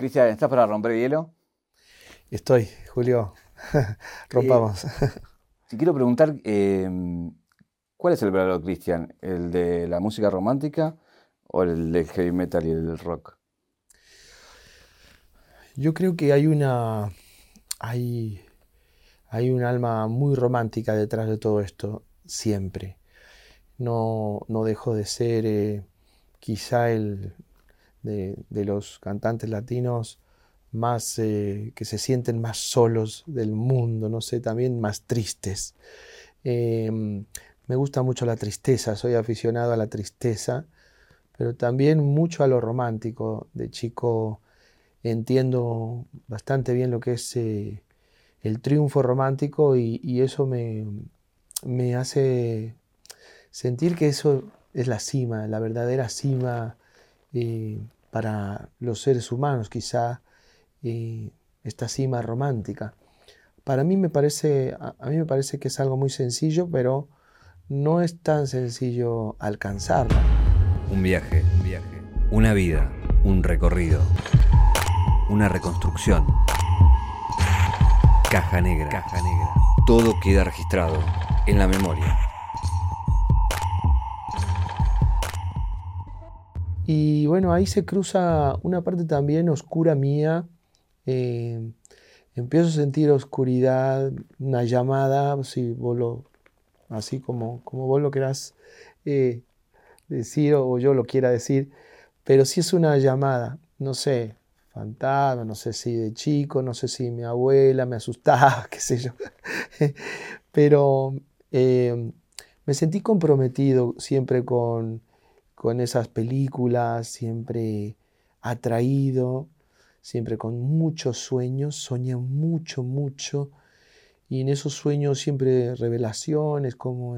Cristian, ¿estás para romper el hielo? Estoy, Julio. Eh, Rompamos. Te quiero preguntar, ¿cuál es el verdadero Cristian? ¿El de la música romántica o el del heavy metal y el rock? Yo creo que hay, hay un alma muy romántica detrás de todo esto, siempre. No dejo de ser quizá de los cantantes latinos más que se sienten más solos del mundo, no sé, también más tristes. Eh, Me gusta mucho la tristeza, soy aficionado a la tristeza, pero también mucho a lo romántico. De chico entiendo bastante bien lo que es el triunfo romántico y eso me hace sentir que eso es la cima, la verdadera cima eh, para los seres humanos, quizá esta cima romántica. Para mí a mí me parece que es algo muy sencillo, pero no es tan sencillo alcanzarla. Un viaje, una vida, un recorrido, una reconstrucción. Caja negra, caja negra. Todo queda registrado en la memoria. Y bueno, ahí se cruza una parte también oscura mía. eh, Empiezo a sentir oscuridad, una llamada, si vos así como vos lo querás eh, decir o yo lo quiera decir, pero sí es una llamada, no sé, fantasma, no sé si de chico, no sé si mi abuela me asustaba, qué sé yo, pero eh, me sentí comprometido siempre con esas películas, siempre atraído, siempre con muchos sueños, soñé mucho, mucho, y en esos sueños siempre revelaciones, como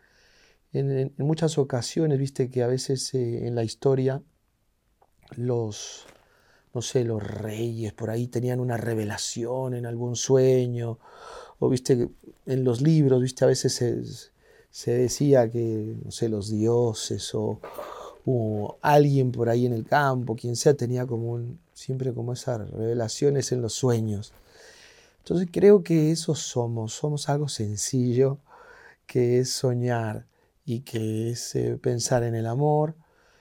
en muchas ocasiones, viste que a veces en la historia los, no sé, los reyes por ahí tenían una revelación en algún sueño, o viste que en los libros, viste, a veces se decía que, no sé, los dioses o alguien por ahí en el campo, quien sea, tenía siempre como esas revelaciones en los sueños. Entonces creo que eso somos algo sencillo, que es soñar y que es pensar en el amor.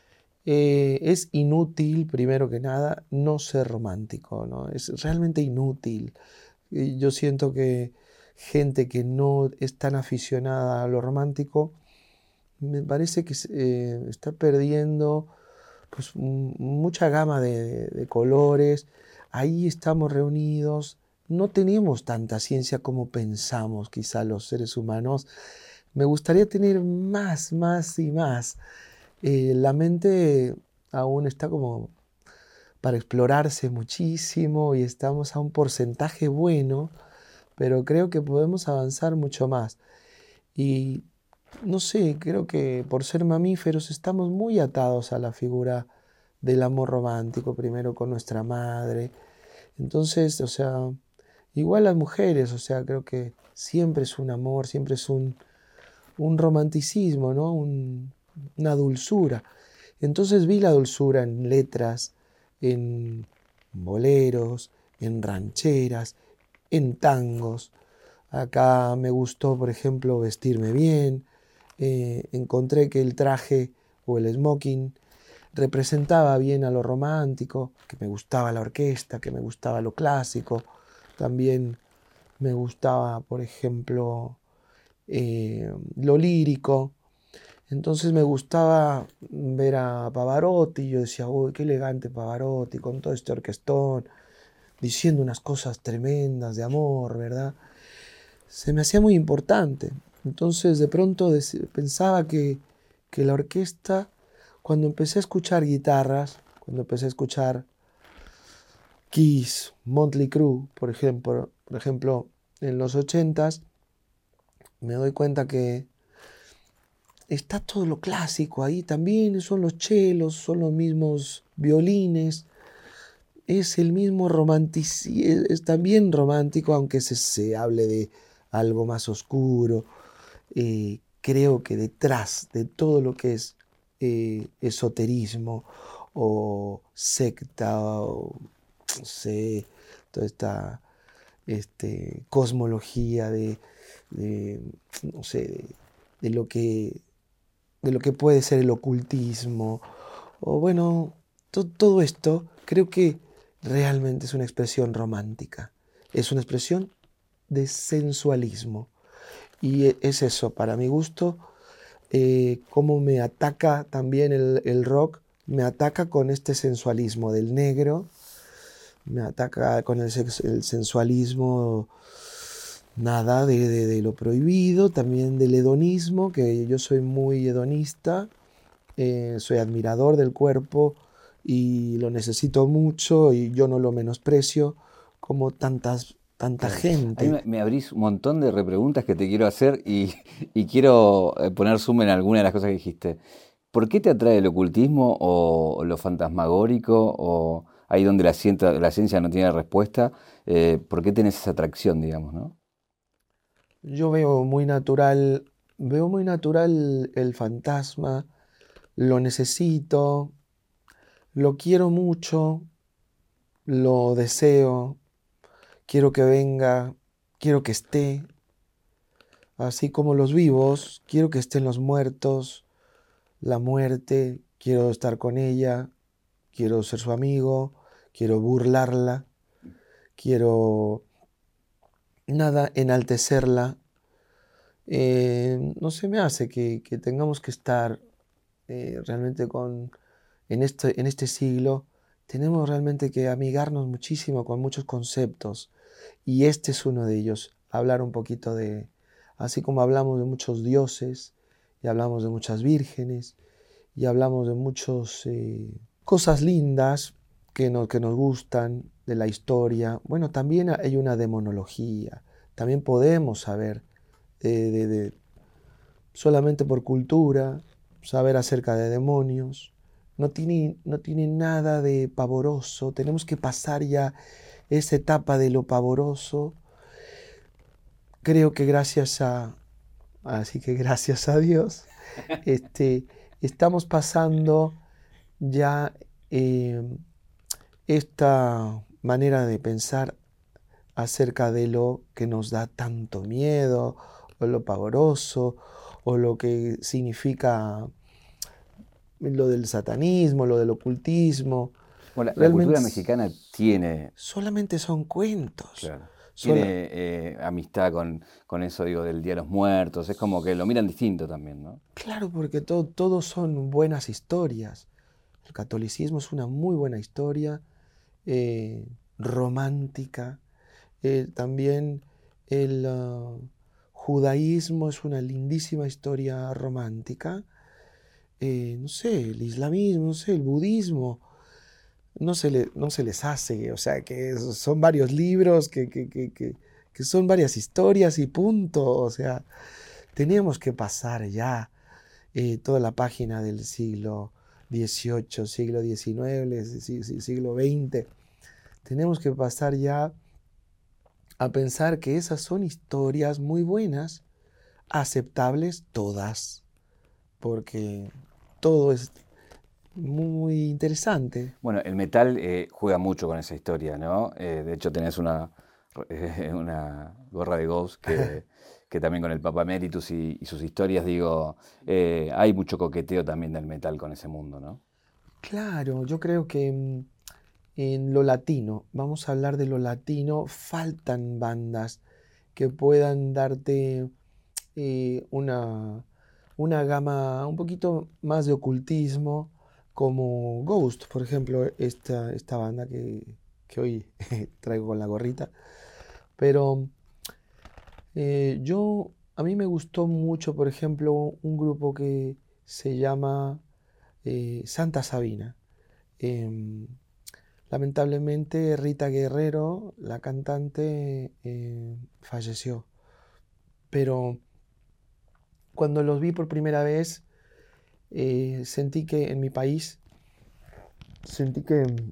Es inútil, primero que nada, no ser romántico, ¿no? Es realmente inútil. Y yo siento que gente que no es tan aficionada a lo romántico, me parece que está perdiendo pues, mucha gama de colores. Ahí estamos reunidos. No tenemos tanta ciencia como pensamos, quizá los seres humanos. Me gustaría tener más y más. La mente aún está como para explorarse muchísimo y estamos a un porcentaje bueno, pero creo que podemos avanzar mucho más. Y no sé, creo que por ser mamíferos estamos muy atados a la figura del amor romántico, primero con nuestra madre. Entonces, o sea, igual las mujeres, o sea, creo que siempre es un amor, siempre es un romanticismo, ¿no? Una dulzura. Entonces vi la dulzura en letras, en boleros, en rancheras, en tangos. Acá me gustó, por ejemplo, vestirme bien. Encontré que el traje o el smoking representaba bien a lo romántico, que me gustaba la orquesta, que me gustaba lo clásico. También me gustaba, por ejemplo, lo lírico. Entonces me gustaba ver a Pavarotti. Yo decía, uy, qué elegante Pavarotti con todo este orquestón, diciendo unas cosas tremendas de amor, ¿verdad? Se me hacía muy importante. Entonces de pronto pensaba que la orquesta, cuando empecé a escuchar guitarras, cuando empecé a escuchar Kiss, Motley Crue, por ejemplo, en los ochentas, me doy cuenta que está todo lo clásico ahí también, son los chelos, son los mismos violines, es el mismo romanticismo, es también romántico, aunque se hable de algo más oscuro. Creo que detrás de todo lo que es esoterismo o secta o no sé, toda esta cosmología no sé, de lo que puede ser el ocultismo, o bueno, todo esto creo que realmente es una expresión romántica, es una expresión de sensualismo. Y es eso, para mi gusto, cómo me ataca también el rock, me ataca con este sensualismo del negro, me ataca con el sensualismo, nada, de lo prohibido, también del hedonismo, que yo soy muy hedonista, soy admirador del cuerpo y lo necesito mucho y yo no lo menosprecio como tanta Claro. Ahí gente. me abrís un montón de repreguntas que te quiero hacer y quiero poner zoom en alguna de las cosas que dijiste. ¿Por qué te atrae el ocultismo o lo fantasmagórico o ahí donde la ciencia no tiene respuesta? ¿Por qué tenés esa atracción, digamos, no? Yo veo muy natural el fantasma, lo necesito, lo quiero mucho, lo deseo, quiero que venga, quiero que esté, así como los vivos, quiero que estén los muertos, la muerte, quiero estar con ella, quiero ser su amigo, quiero burlarla, quiero nada, enaltecerla. No se me hace que tengamos que estar realmente en este siglo, tenemos realmente que amigarnos muchísimo con muchos conceptos y este es uno de ellos, hablar un poquito así como hablamos de muchos dioses y hablamos de muchas vírgenes y hablamos de muchas cosas lindas que nos gustan de la historia, bueno, también hay una demonología, también podemos saber de solamente por cultura, saber acerca de demonios. No tiene nada de pavoroso. Tenemos que pasar ya esa etapa de lo pavoroso. Creo que así que gracias a Dios, este, estamos pasando ya eh, esta manera de pensar acerca de lo que nos da tanto miedo, o lo pavoroso, o lo que significa lo del satanismo, lo del ocultismo. Bueno, la Realmente cultura mexicana tiene, solamente son cuentos. claro, Sola- tiene amistad con eso, digo, del Día de los Muertos. Es como que lo miran distinto también, ¿no? claro, porque todos son buenas historias. El catolicismo es una muy buena historia, romántica. También el judaísmo es una lindísima historia romántica. No sé, el islamismo, no sé, el budismo. No se les hace, o sea, que son varios libros, que son varias historias y punto, o sea, teníamos que pasar ya toda la página del siglo XVIII, siglo XIX, siglo XX, tenemos que pasar ya a pensar que esas son historias muy buenas, aceptables todas, porque todo es muy interesante. Bueno, el metal juega mucho con esa historia, ¿no? De hecho, tenés una gorra de Ghost que también con el Papa Emeritus y sus historias, digo, hay mucho coqueteo también del metal con ese mundo, ¿no? Claro, yo creo que en lo latino, vamos a hablar de lo latino, faltan bandas que puedan darte una gama un poquito más de ocultismo, como Ghost, por ejemplo, esta banda que hoy traigo con la gorrita. Pero a mí me gustó mucho, por ejemplo, un grupo que se llama Santa Sabina. Em, Lamentablemente Rita Guerrero, la cantante, falleció. Pero cuando los vi por primera vez, sentí que en mi país, sentí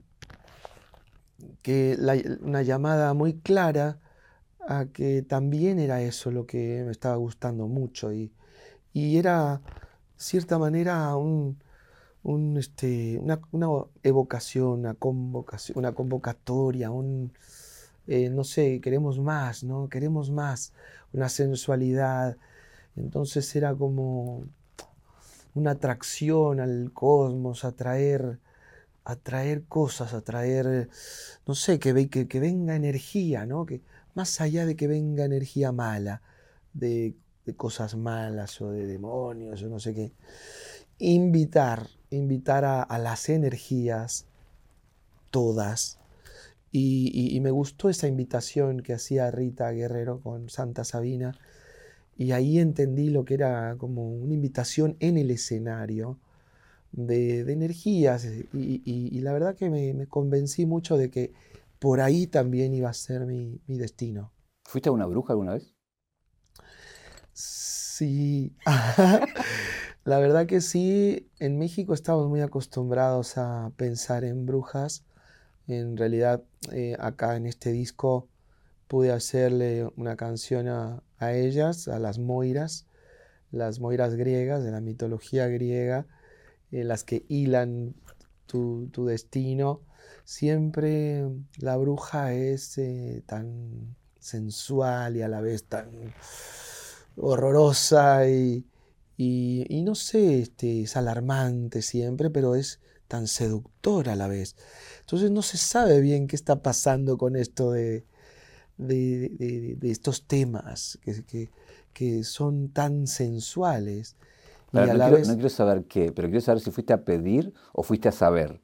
una llamada muy clara a que también era eso lo que me estaba gustando mucho y era, de cierta manera, una evocación, una convocatoria, no sé, queremos más, ¿no? Queremos más, una sensualidad. Entonces era como una atracción al cosmos, atraer cosas, no sé, que venga energía, ¿no? Que más allá de que venga energía mala, de cosas malas o de demonios o no sé qué, invitar a las energías todas. Y me gustó esa invitación que hacía Rita Guerrero con Santa Sabina, y ahí entendí lo que era como una invitación en el escenario de energías, y la verdad que me convencí mucho de que por ahí también iba a ser mi destino. ¿Fuiste a una bruja alguna vez? Sí, la verdad que sí, en México estamos muy acostumbrados a pensar en brujas. En realidad, acá en este disco pude hacerle una canción a ellas, a las Moiras griegas, de la mitología griega, las que hilan tu destino. Siempre la bruja es tan sensual y a la vez tan horrorosa y no sé, es alarmante siempre, pero es tan seductora a la vez. Entonces no se sabe bien qué está pasando con esto de estos temas que son tan sensuales y Ahora, a no la quiero, no vez quiero saber qué, pero quiero saber si fuiste a pedir o fuiste a saber.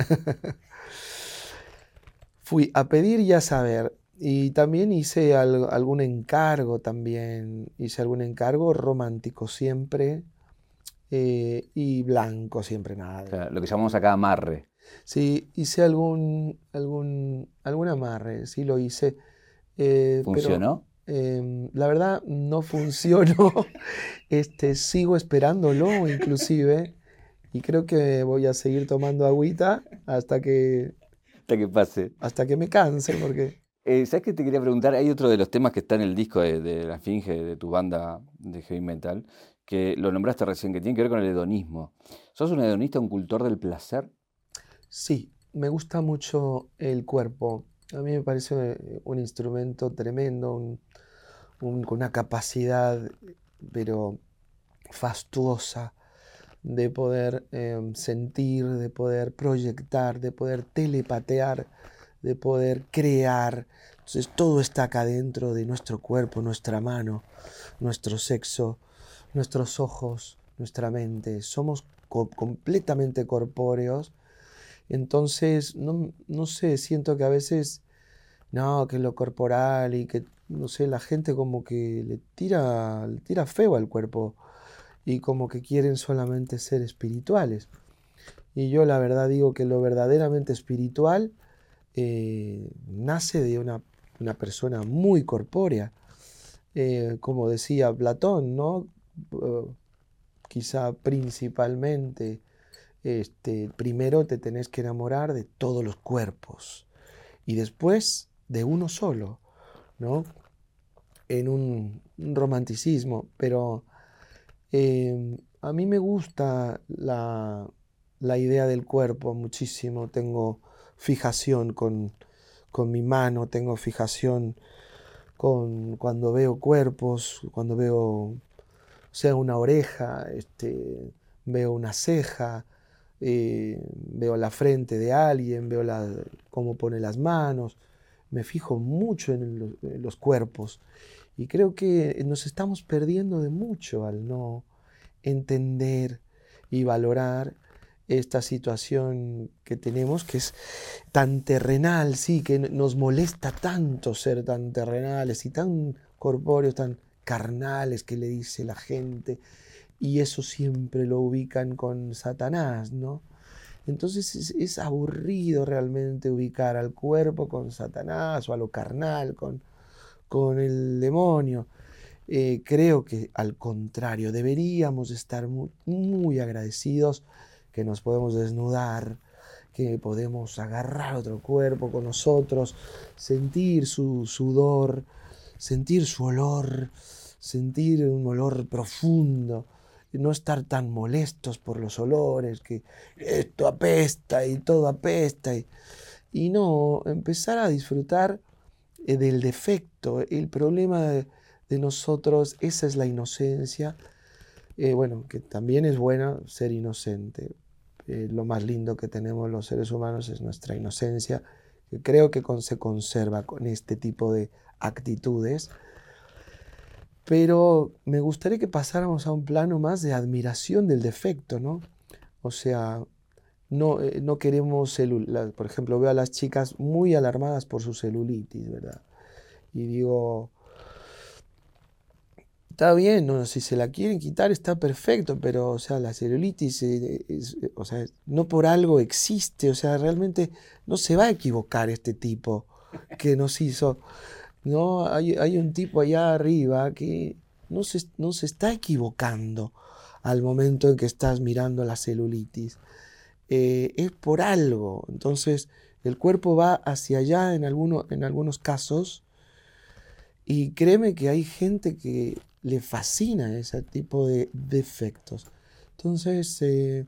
fui a pedir y a saber. Y también hice algún encargo también. Hice algún encargo romántico siempre, y blanco siempre O nada. sea, lo que llamamos acá amarre. Sí, hice algún amarre, sí lo hice, pero ¿Funcionó? la verdad no funcionó. Sigo esperándolo inclusive, y creo que voy a seguir tomando agüita Hasta que pase. hasta que me canse, porque ¿Sabes qué te quería preguntar? Hay otro de los temas que está en el disco de La Esfinge, de tu banda de heavy metal, que lo nombraste recién, que tiene que ver con el hedonismo. ¿Sos un hedonista, un cultor del placer? sí, me gusta mucho el cuerpo. A mí me parece un instrumento tremendo, con una capacidad, pero fastuosa, de poder sentir, de poder proyectar, de poder telepatear, de poder crear. Entonces todo está acá dentro de nuestro cuerpo, nuestra mano, nuestro sexo, nuestros ojos, nuestra mente. Somos completamente corpóreos. Entonces, no sé, siento que a veces, no, que lo corporal y que, no sé, la gente como que le tira feo al cuerpo y como que quieren solamente ser espirituales. Y yo la verdad digo que lo verdaderamente espiritual nace de una persona muy corpórea. Como decía Platón, ¿no? Eh, Quizá principalmente, primero te tenés que enamorar de todos los cuerpos y después de uno solo, ¿no? En un romanticismo, pero a mí me gusta la idea del cuerpo muchísimo. Tengo fijación con mi mano, tengo fijación con cuando veo cuerpos, cuando veo, o sea, una oreja, veo una ceja, veo la frente de alguien, veo cómo pone las manos. Me fijo mucho en los cuerpos y creo que nos estamos perdiendo de mucho al no entender y valorar esta situación que tenemos, que es tan terrenal, sí, que nos molesta tanto ser tan terrenales y tan corpóreos, tan carnales, que le dice la gente, y eso siempre lo ubican con Satanás, ¿no? Entonces es aburrido realmente ubicar al cuerpo con Satanás o a lo carnal con el demonio. Creo que al contrario, deberíamos estar muy, muy agradecidos que nos podemos desnudar, que podemos agarrar otro cuerpo con nosotros, sentir su sudor, sentir su olor, sentir un olor profundo no estar tan molestos por los olores, que esto apesta y todo apesta, y no, empezar a disfrutar del defecto. El problema de nosotros, esa es la inocencia, bueno, que también es buena ser inocente. Lo más lindo que tenemos los seres humanos es nuestra inocencia, que creo que se conserva con este tipo de actitudes. Pero me gustaría que pasáramos a un plano más de admiración del defecto, ¿no? O sea, no queremos por ejemplo, veo a las chicas muy alarmadas por su celulitis, ¿verdad? Y digo, está bien, ¿no? Si se la quieren quitar está perfecto, pero, o sea, la celulitis, o sea, no por algo existe, o sea, realmente no se va a equivocar este tipo que nos hizo. No, hay un tipo allá arriba que no se está equivocando al momento en que estás mirando la celulitis. Es por algo. Entonces, el cuerpo va hacia allá en algunos casos, y créeme que hay gente que le fascina ese tipo de defectos. Entonces,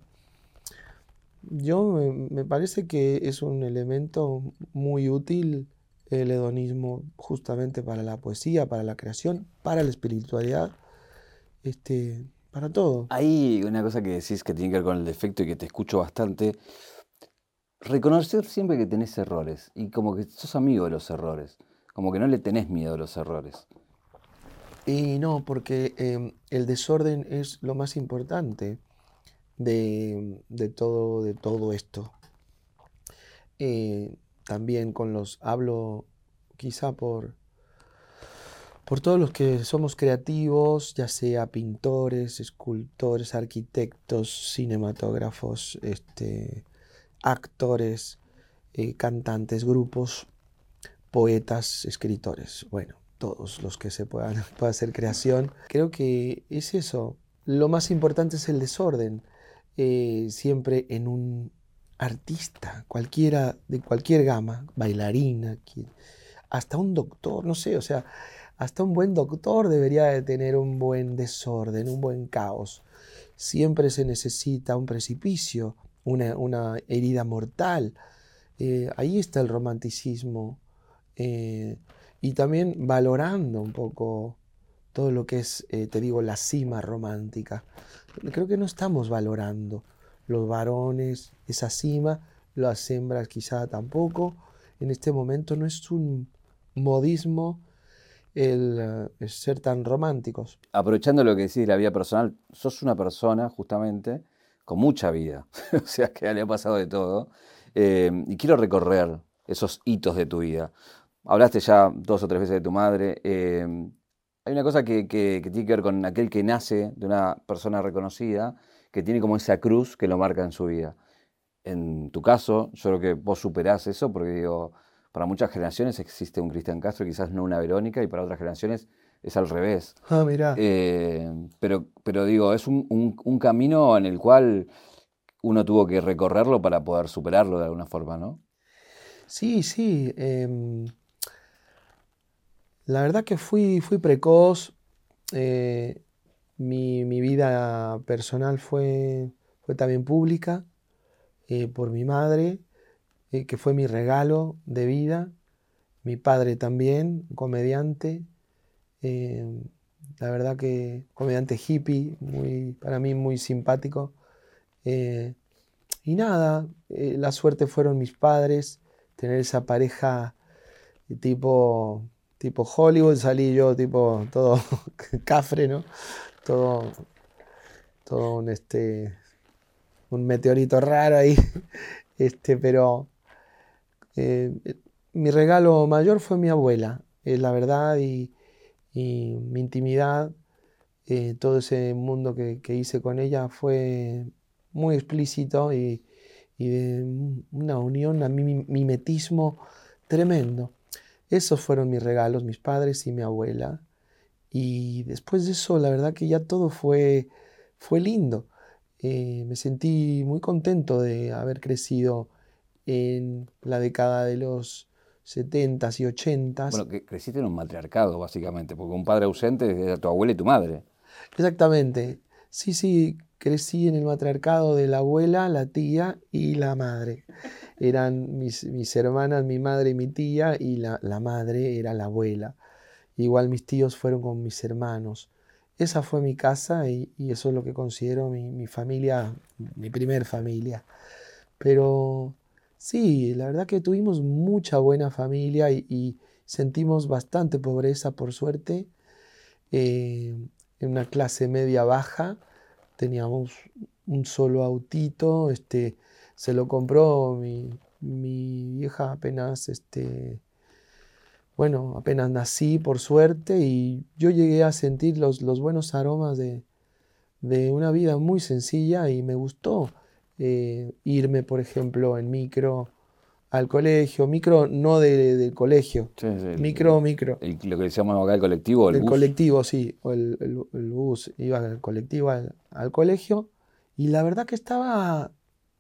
me parece que es un elemento muy útil el hedonismo justamente para la poesía, para la creación, para la espiritualidad, para todo. Hay una cosa que decís que tiene que ver con el defecto y que te escucho bastante. Reconocer siempre que tenés errores y como que sos amigo de los errores, como que no le tenés miedo a los errores. Y no, porque el desorden es lo más importante de todo esto. También hablo quizá por todos los que somos creativos, ya sea pintores, escultores, arquitectos, cinematógrafos, actores, cantantes, grupos, poetas, escritores, bueno, todos los que pueda hacer creación. Creo que es eso. Lo más importante es el desorden. Siempre en un artista, cualquiera, de cualquier gama, bailarina, hasta un doctor, no sé, o sea, hasta un buen doctor debería de tener un buen desorden, un buen caos. Siempre se necesita un precipicio, una herida mortal. Ahí está el romanticismo. eh, y también valorando un poco todo lo que es, te digo, la cima romántica. Creo que no estamos valorando los varones, esa cima, las hembras quizá tampoco. En este momento no es un modismo el ser tan románticos. Aprovechando lo que decís de la vida personal, sos una persona justamente con mucha vida, o sea que le ha pasado de todo, y quiero recorrer esos hitos de tu vida. Hablaste ya 2 o 3 veces de tu madre. Hay una cosa que tiene que ver con aquel que nace de una persona reconocida, que tiene como esa cruz que lo marca en su vida. En tu caso, yo creo que vos superás eso, porque digo, para muchas generaciones existe un Cristian Castro, quizás no una Verónica, y para otras generaciones es al revés. Ah, mirá. Pero digo, es un camino en el cual uno tuvo que recorrerlo para poder superarlo de alguna forma, ¿no? Sí, sí. La verdad que fui precoz. eh, mi vida personal fue también pública, por mi madre, que fue mi regalo de vida. Mi padre también, comediante. eh, la verdad que comediante hippie, para mí muy simpático. eh, y nada, la suerte fueron mis padres, tener esa pareja tipo, tipo Hollywood, salí yo tipo todo cafre, ¿no? Todo, todo un meteorito raro ahí. Pero eh, mi regalo mayor fue mi abuela, la verdad, y mi intimidad. Todo ese mundo que hice con ella fue muy explícito, y de una unión, a mimetismo tremendo. Esos fueron mis regalos, mis padres y mi abuela. Y después de eso, la verdad que ya todo fue lindo. Me sentí muy contento de haber crecido en la década de los 70s y 80s. Bueno, que creciste en un matriarcado, básicamente, porque un padre ausente era tu abuela y tu madre. Exactamente. Sí, sí, crecí en el matriarcado de la abuela, la tía y la madre. Eran mis hermanas, mi madre y mi tía, y la madre era la abuela. Igual mis tíos fueron con mis hermanos. Esa fue mi casa y eso es lo que considero mi familia, mi primer familia. Pero sí, la verdad que tuvimos mucha buena familia y sentimos bastante pobreza, por suerte. Eh, en una clase media baja teníamos un solo autito, se lo compró mi vieja apenas, bueno, apenas nací, por suerte, y yo llegué a sentir los buenos aromas de una vida muy sencilla y me gustó irme, por ejemplo, en micro al colegio, micro no del colegio, Sí, sí, micro, lo que llamamos acá el colectivo o el del bus. colectivo, sí, o el bus, iba al colectivo al colegio, y la verdad que estaba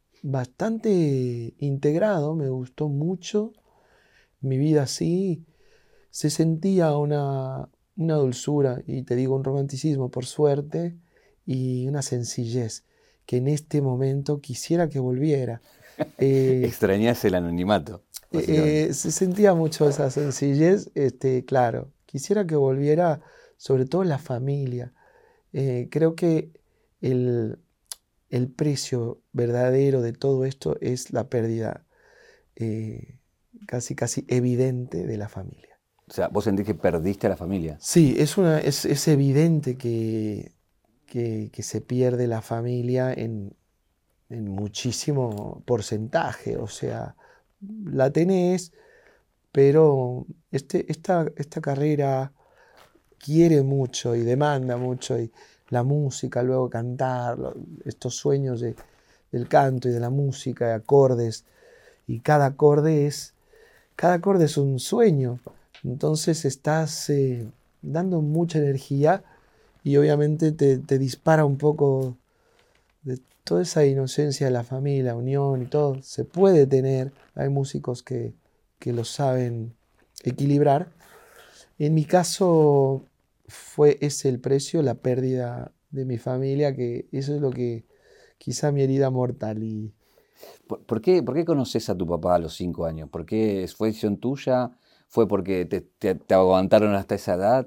bastante integrado, me gustó mucho mi vida así, se sentía una dulzura, y te digo un romanticismo por suerte, y una sencillez que en este momento quisiera que volviera. Eh, Extrañás el anonimato, básicamente. Se sentía mucho esa sencillez, claro, quisiera que volviera sobre todo la familia. Creo que el, el precio verdadero de todo esto es la pérdida eh, casi casi evidente de la familia. O sea, vos sentís que perdiste a la familia. Sí, es evidente que se pierde la familia en muchísimo porcentaje, o sea, la tenés, pero esta carrera quiere mucho y demanda mucho, y la música, luego cantar, estos sueños del canto y de la música, de acordes, y cada acorde es un sueño, entonces estás dando mucha energía y obviamente te dispara un poco de toda esa inocencia de la familia, la unión y todo. Se puede tener, hay músicos que lo saben equilibrar. En mi caso fue ese el precio, la pérdida de mi familia, que eso es lo que quizá mi herida mortal. Y Por qué conoces a tu papá a los 5 años? ¿Por qué fue decisión tuya? ¿Fue porque te aguantaron hasta esa edad?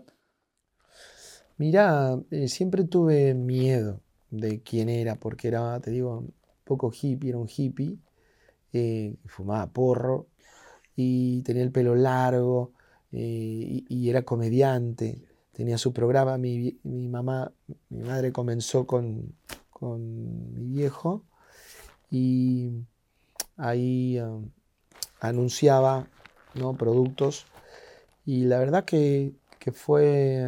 mirá, siempre tuve miedo de quién era, porque era, te digo, un poco hippie, era un hippie, fumaba porro y tenía el pelo largo y era comediante, tenía su programa. Mi mamá, mi madre comenzó con mi viejo y ahí anunciaba, ¿no?, productos, y la verdad que fue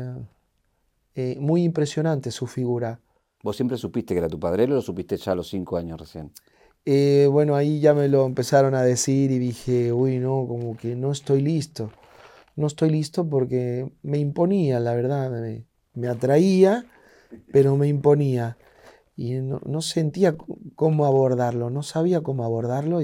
muy impresionante su figura. ¿Vos siempre supiste que era tu padre o lo supiste ya a los 5 años recién? Bueno, ahí ya me lo empezaron a decir y dije, uy, no, como que no estoy listo. No estoy listo porque me imponía, la verdad, me atraía, pero me imponía. Y no sentía cómo abordarlo, no sabía cómo abordarlo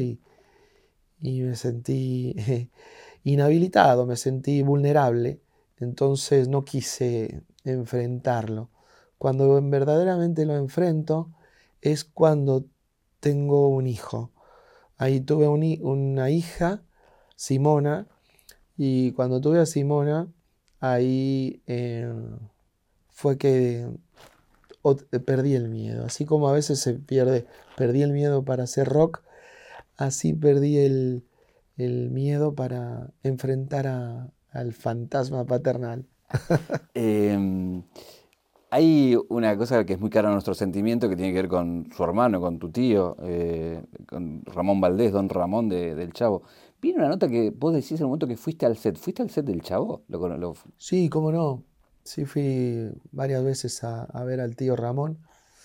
y me sentí inhabilitado, me sentí vulnerable. Entonces no quise enfrentarlo. Cuando verdaderamente lo enfrento es cuando tengo un hijo. Ahí tuve una hija, Simona, y cuando tuve a Simona, ahí fue que perdí el miedo. Así como a veces perdí el miedo para hacer rock, así perdí el miedo para enfrentar al fantasma paternal. Em, Hay una cosa que es muy cara a nuestro sentimiento que tiene que ver con su hermano, con tu tío, con Ramón Valdés, don Ramón del Chavo. Viene una nota que vos decís en el momento que fuiste al set. ¿Fuiste al set del Chavo? Sí, cómo no. Sí, fui varias veces a ver al tío Ramón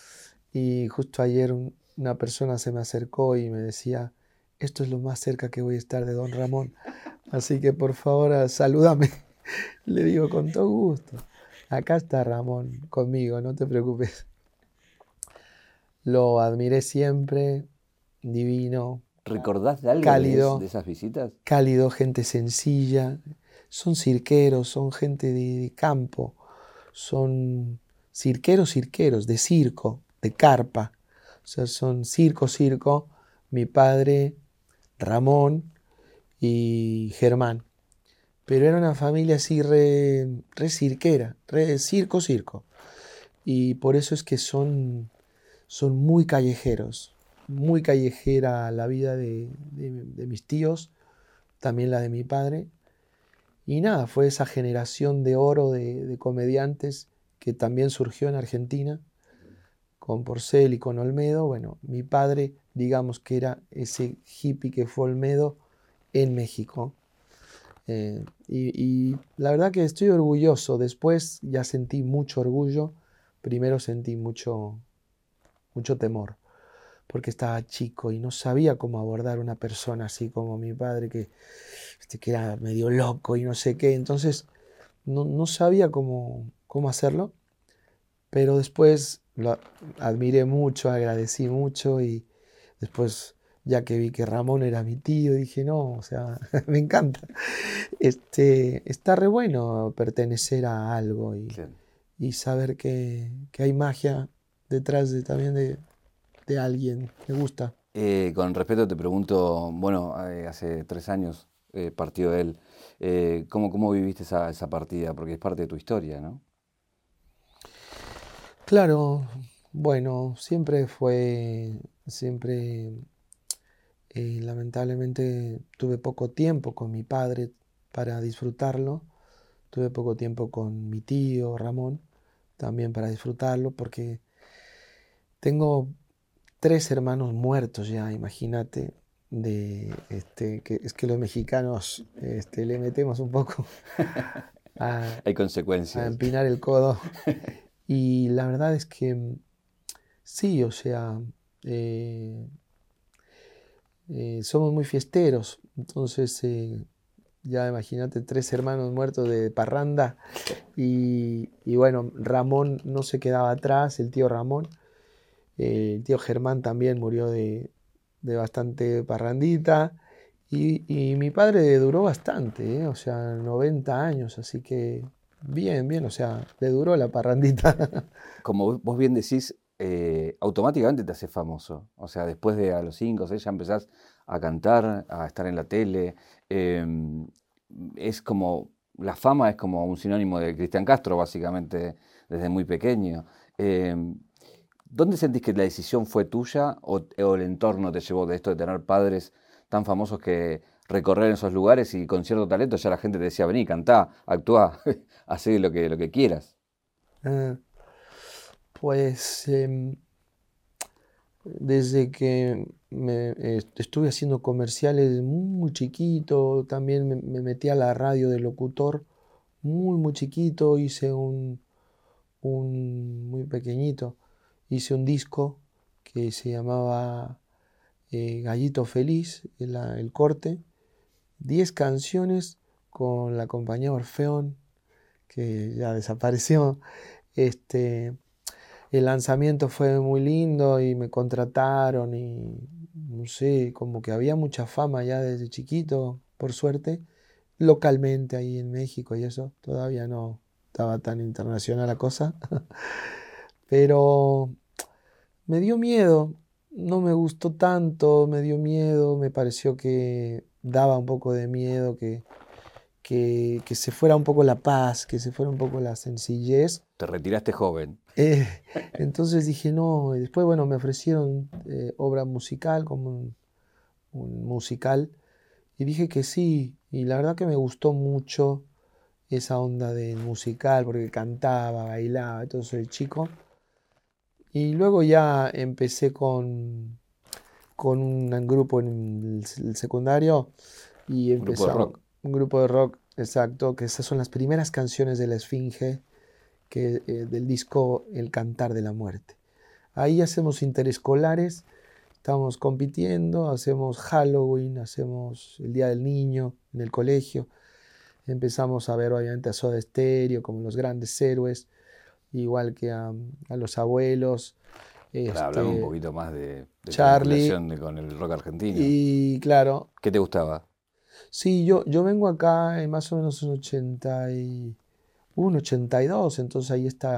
y justo ayer una persona se me acercó y me decía, esto es lo más cerca que voy a estar de don Ramón, así que por favor salúdame. Le digo, con todo gusto. Acá está Ramón conmigo, no te preocupes. Lo admiré siempre, divino, ¿Recordás de algo de cálido, esas visitas? cálido, gente sencilla. Son cirqueros, son gente de campo, son cirqueros, de circo, de carpa. O sea, son circo, mi padre, Ramón y Germán. Pero era una familia así re cirquera, re circo. Y por eso es que son muy callejeros, muy callejera la vida de mis tíos, también la de mi padre. Y nada, fue esa generación de oro de comediantes que también surgió en Argentina, con Porcel y con Olmedo. Bueno, mi padre, digamos que era ese hippie que fue Olmedo en México. Y la verdad que estoy orgulloso. Después ya sentí mucho orgullo. Primero sentí mucho temor, porque estaba chico y no sabía cómo abordar una persona así como mi padre, que era medio loco y no sé qué. Entonces no sabía cómo hacerlo, pero después lo admiré mucho, agradecí mucho y después, ya que vi que Ramón era mi tío, dije, no, o sea, me encanta. Está re bueno pertenecer a algo Claro. y saber que hay magia detrás también de alguien. Me gusta. Con respeto te pregunto, bueno, hace 3 años partió él. ¿Cómo viviste esa partida? Porque es parte de tu historia, ¿no? Claro, bueno, lamentablemente tuve poco tiempo con mi padre para disfrutarlo, tuve poco tiempo con mi tío Ramón también para disfrutarlo, porque tengo 3 hermanos muertos ya, imagínate, que es que los mexicanos le metemos un poco a, Hay a consecuencias. empinar el codo. Y la verdad es que sí, o sea, eh, somos muy fiesteros. Entonces, ya imagínate 3 hermanos muertos de parranda. Y bueno, Ramón no se quedaba atrás, el tío Ramón. El tío Germán también murió de bastante parrandita. Y mi padre duró bastante, o sea, 90 años, así que bien, o sea, le duró la parrandita. Como vos bien decís, automáticamente te haces famoso. O sea, después de a los 5 o 6 ya empezás a cantar, a estar en la tele. em, es como, la fama es como un sinónimo de Cristian Castro, básicamente, desde muy pequeño. Em, ¿Dónde sentís que la decisión fue tuya o el entorno te llevó de esto de tener padres tan famosos que recorrer esos lugares y con cierto talento ya la gente te decía, vení, cantá, actuá, hacé lo que quieras? Ah, pues desde que estuve haciendo comerciales muy chiquito, también me metí a la radio de locutor muy chiquito, hice muy pequeñito, hice un disco que se llamaba Gallito Feliz, el corte, 10 canciones con la compañía Orfeón, que ya desapareció. Este, el lanzamiento fue muy lindo y me contrataron y no sé, como que había mucha fama ya desde chiquito, por suerte, localmente ahí en México y eso, todavía no estaba tan internacional la cosa, pero me dio miedo, no me gustó tanto, me dio miedo, me pareció que daba un poco de miedo que se fuera un poco la paz, que se fuera un poco la sencillez. Te retiraste joven. Eh, entonces dije no, y después bueno, me ofrecieron obra musical, como un musical, y dije que sí, y la verdad que me gustó mucho esa onda del musical, porque cantaba, bailaba, todo soy chico. Y luego ya empecé con un grupo en el secundario y Un grupo de empezamos rock. un grupo de rock, exacto, que esas son las primeras canciones de La Esfinge, del disco El Cantar de la Muerte. Ahí hacemos interescolares, estamos compitiendo, hacemos Halloween, hacemos el Día del Niño en el colegio. Empezamos a ver obviamente a Soda Stereo como los grandes héroes, igual que a los abuelos, Para hablarme un este, poquito más de tu Charlie, vinculación con el rock argentino. y claro, ¿Qué te gustaba? sí, yo vengo acá en más o menos en 81, 82, entonces ahí está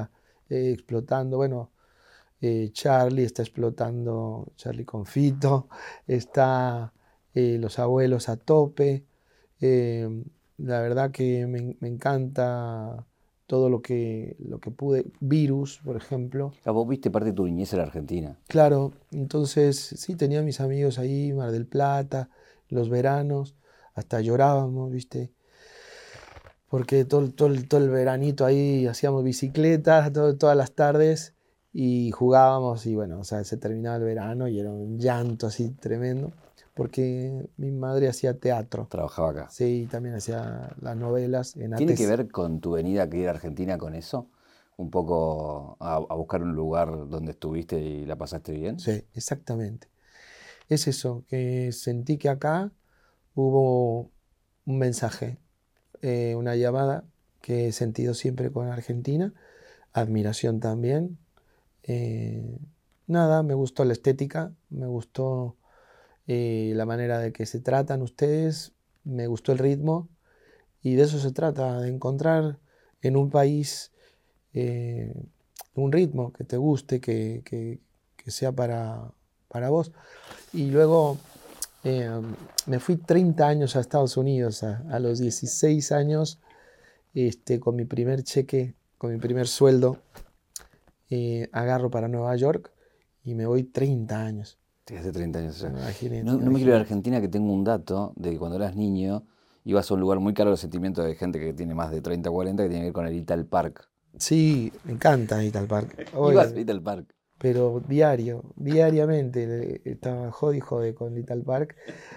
explotando. Bueno, Charlie está explotando, Charlie con Fito, está Los Abuelos a tope. Eh, la verdad que me encanta todo lo que pude. Virus, por ejemplo. Vos viste parte de tu niñez en la Argentina. Claro, entonces sí, tenía mis amigos ahí, Mar del Plata, los veranos, hasta llorábamos, ¿viste? Porque todo el veranito ahí hacíamos bicicleta todas las tardes y jugábamos y bueno, o sea, se terminaba el verano y era un llanto así tremendo, porque mi madre hacía teatro, Trabajaba acá. sí, y también hacía las novelas en ¿Tiene que ATES. ver con tu venida a querer a Argentina con eso? Un poco a buscar un lugar donde estuviste y la pasaste bien. Sí, exactamente. Es eso, que sentí que acá hubo un mensaje, una llamada que he sentido siempre con Argentina, admiración también. Eh, Nada, me gustó la estética, me gustó la manera de que se tratan ustedes, me gustó el ritmo y de eso se trata, de encontrar en un país eh, un ritmo que te guste, que sea para vos. Y luego eh, me fui 30 años a Estados Unidos, a los 16 años, con mi primer cheque, con mi primer sueldo, agarro para Nueva York y me voy 30 años. Sí, hace 30 años ya. Imagínate, No me quiero ir a imagínate. Argentina, que tengo un dato de que cuando eras niño ibas a un lugar muy caro de sentimientos de gente que tiene más de 30 o 40 que tiene que ver con el Ital Park. Sí, me encanta Ital Park. Ibas a Oye, Ital Park. pero diariamente estaba jode con Little Park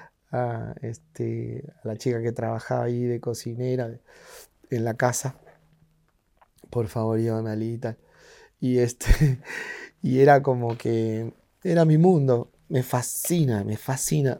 a la chica que trabajaba ahí de cocinera en la casa. Por favor, llévame a Little. Y y era como que era mi mundo. Me fascina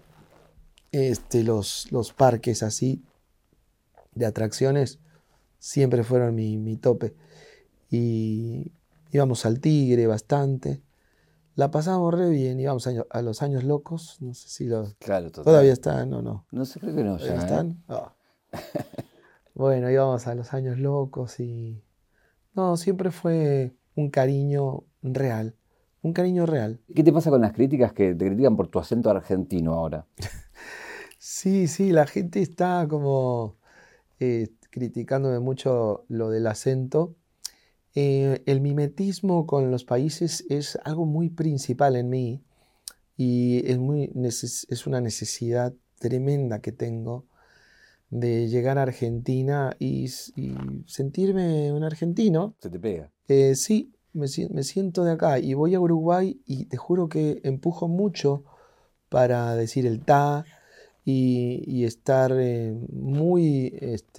los parques así de atracciones. Siempre fueron mi tope. Y íbamos al Tigre bastante. La pasamos re bien, íbamos a los años locos, no sé si Claro, todavía total. están o no. No sé, creo que no ¿Todavía ya, ¿eh? están? Ah. Bueno, íbamos a los años locos y... No, siempre fue un cariño real, un cariño real. ¿Qué te pasa con las críticas que te critican por tu acento argentino ahora? Sí, sí, la gente está como criticándome mucho lo del acento. El mimetismo con los países es algo muy principal en mí y es una necesidad tremenda que tengo de llegar a Argentina y sentirme un argentino. Se te pega. Sí, me siento de acá y voy a Uruguay y te juro que empujo mucho para decir el ta y estar muy,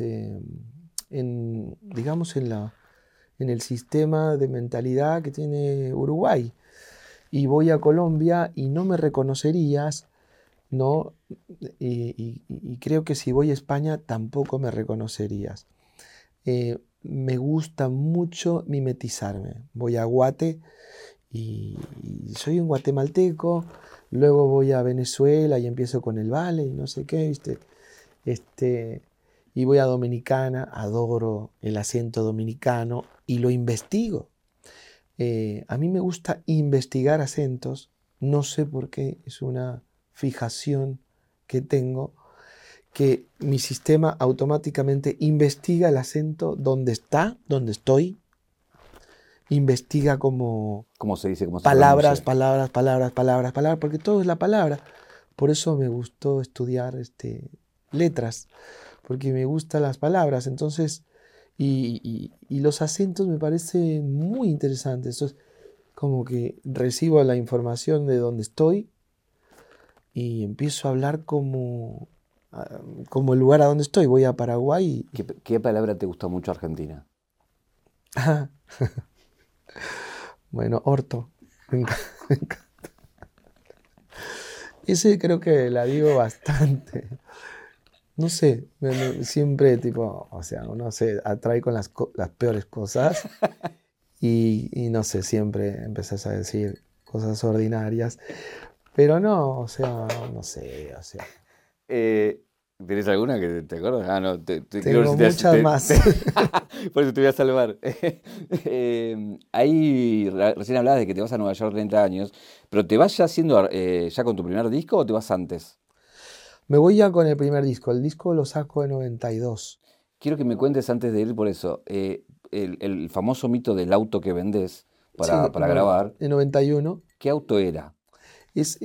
digamos, en el sistema de mentalidad que tiene Uruguay. Y voy a Colombia y no me reconocerías, ¿no? Y creo que si voy a España tampoco me reconocerías. Me gusta mucho mimetizarme. Voy a Guate y soy un guatemalteco, luego voy a Venezuela y empiezo con el vale y no sé qué, ¿viste? Y voy a Dominicana, adoro el acento dominicano y lo investigo. A mí me gusta investigar acentos, no sé por qué, es una fijación que tengo, que mi sistema automáticamente investiga el acento donde está, donde estoy, investiga como ¿Cómo se dice? ¿Cómo se palabras, pronuncia? palabras, palabras, palabras, palabras, porque todo es la palabra. Por eso me gustó estudiar letras, porque me gustan las palabras, entonces, y los acentos me parecen muy interesantes. Entonces, como que recibo la información de donde estoy y empiezo a hablar como el lugar a donde estoy. Voy a Paraguay y... ¿Qué palabra te gusta mucho Argentina? Bueno, orto. Me encanta. Ese creo que la digo bastante. No sé, siempre tipo, o sea, uno se atrae con las peores cosas y no sé, siempre empezás a decir cosas ordinarias, pero no, o sea, no sé, o sea. Eh, ¿Tenés alguna que te acuerdas? Ah, no, creo que Tengo muchas más. por eso te voy a salvar. Ahí recién hablabas de que te vas a Nueva York 30 años, pero ¿te vas ya haciendo ya con tu primer disco o te vas antes? Me voy ya con el primer disco. El disco lo saco en 92. Quiero que me cuentes antes de ir por eso, el famoso mito del auto que vendés Sí, para grabar, en 91. ¿qué auto era? Es,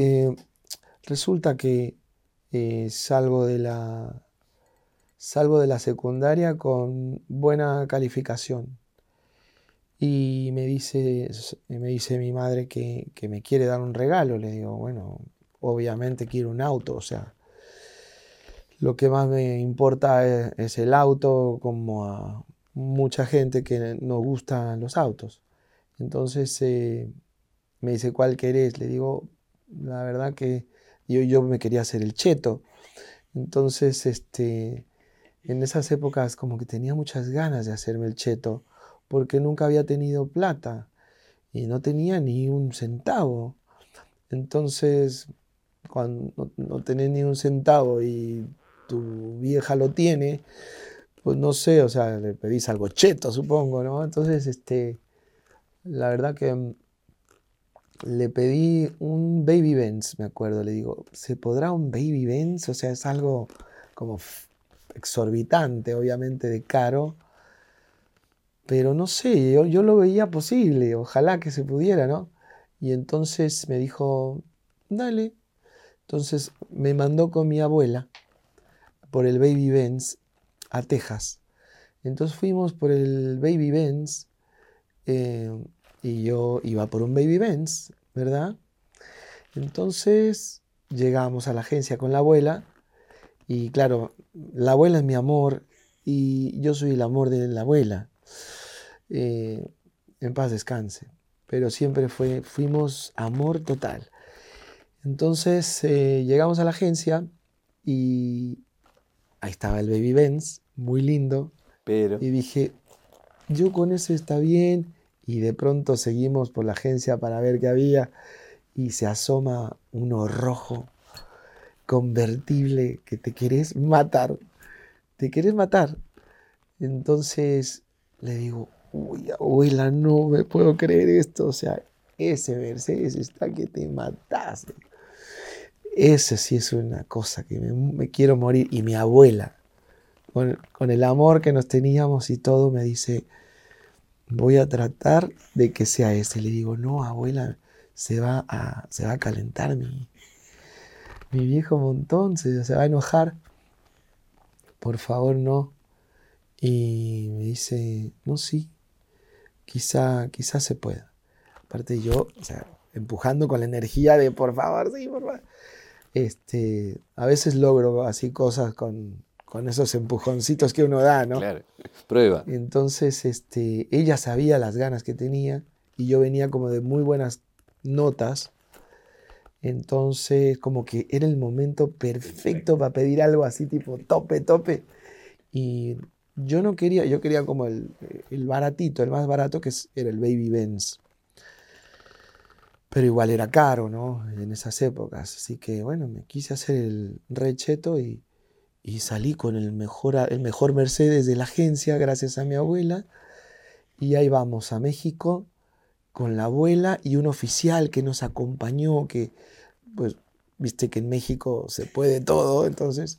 resulta que salgo salgo de la secundaria con buena calificación. Y me dice mi madre que me quiere dar un regalo. Le digo, bueno, obviamente quiero un auto. O sea, lo que más me importa es el auto, como a mucha gente que nos gustan los autos. Entonces me dice, ¿cuál querés? Le digo, la verdad que yo me quería hacer el cheto. Entonces, en esas épocas como que tenía muchas ganas de hacerme el cheto, porque nunca había tenido plata y no tenía ni un centavo. Entonces, cuando no tenés ni un centavo y tu vieja lo tiene, pues no sé, o sea, le pedís algo cheto, supongo, ¿no? Entonces, la verdad que le pedí un Baby Benz, me acuerdo. Le digo, ¿se podrá un Baby Benz? O sea, es algo como exorbitante, obviamente, de caro. Pero no sé, yo lo veía posible, ojalá que se pudiera, ¿no? Y entonces me dijo, dale. Entonces me mandó con mi abuela por el Baby Benz a Texas. Entonces fuimos por el Baby Benz eh, y yo iba por un Baby Benz, ¿verdad? Entonces llegamos a la agencia con la abuela y claro, la abuela es mi amor y yo soy el amor de la abuela. Eh, en paz descanse. Pero siempre fuimos amor total. Entonces llegamos a la agencia y ahí estaba el Baby Benz, muy lindo. Pero, Y dije, yo con ese está bien. Y de pronto seguimos por la agencia para ver qué había. Y se asoma uno rojo, convertible, que te querés matar. Te querés matar. Entonces le digo, uy, abuela, no me puedo creer esto. O sea, ese Mercedes está que te matás. Ese sí es una cosa que me quiero morir. Y mi abuela, con el amor que nos teníamos y todo, me dice, voy a tratar de que sea ese. Le digo, no, abuela, se va a calentar mi viejo montón, se va a enojar. Por favor, no. Y me dice, no, sí, quizá se pueda. Aparte yo, o sea, empujando con la energía de por favor, sí, por favor. A veces logro así cosas con esos empujoncitos que uno da, ¿no? claro, prueba. Entonces, ella sabía las ganas que tenía y yo venía como de muy buenas notas. Entonces, como que era el momento perfecto para pedir algo así tipo tope, tope. Y yo no quería, yo quería como el baratito, el más barato era el Baby Benz. Pero igual era caro, ¿no? En esas épocas. Así que bueno, me quise hacer el recheto y salí con el mejor Mercedes de la agencia, gracias a mi abuela. Y ahí vamos a México con la abuela y un oficial que nos acompañó, que pues viste que en México se puede todo. Entonces,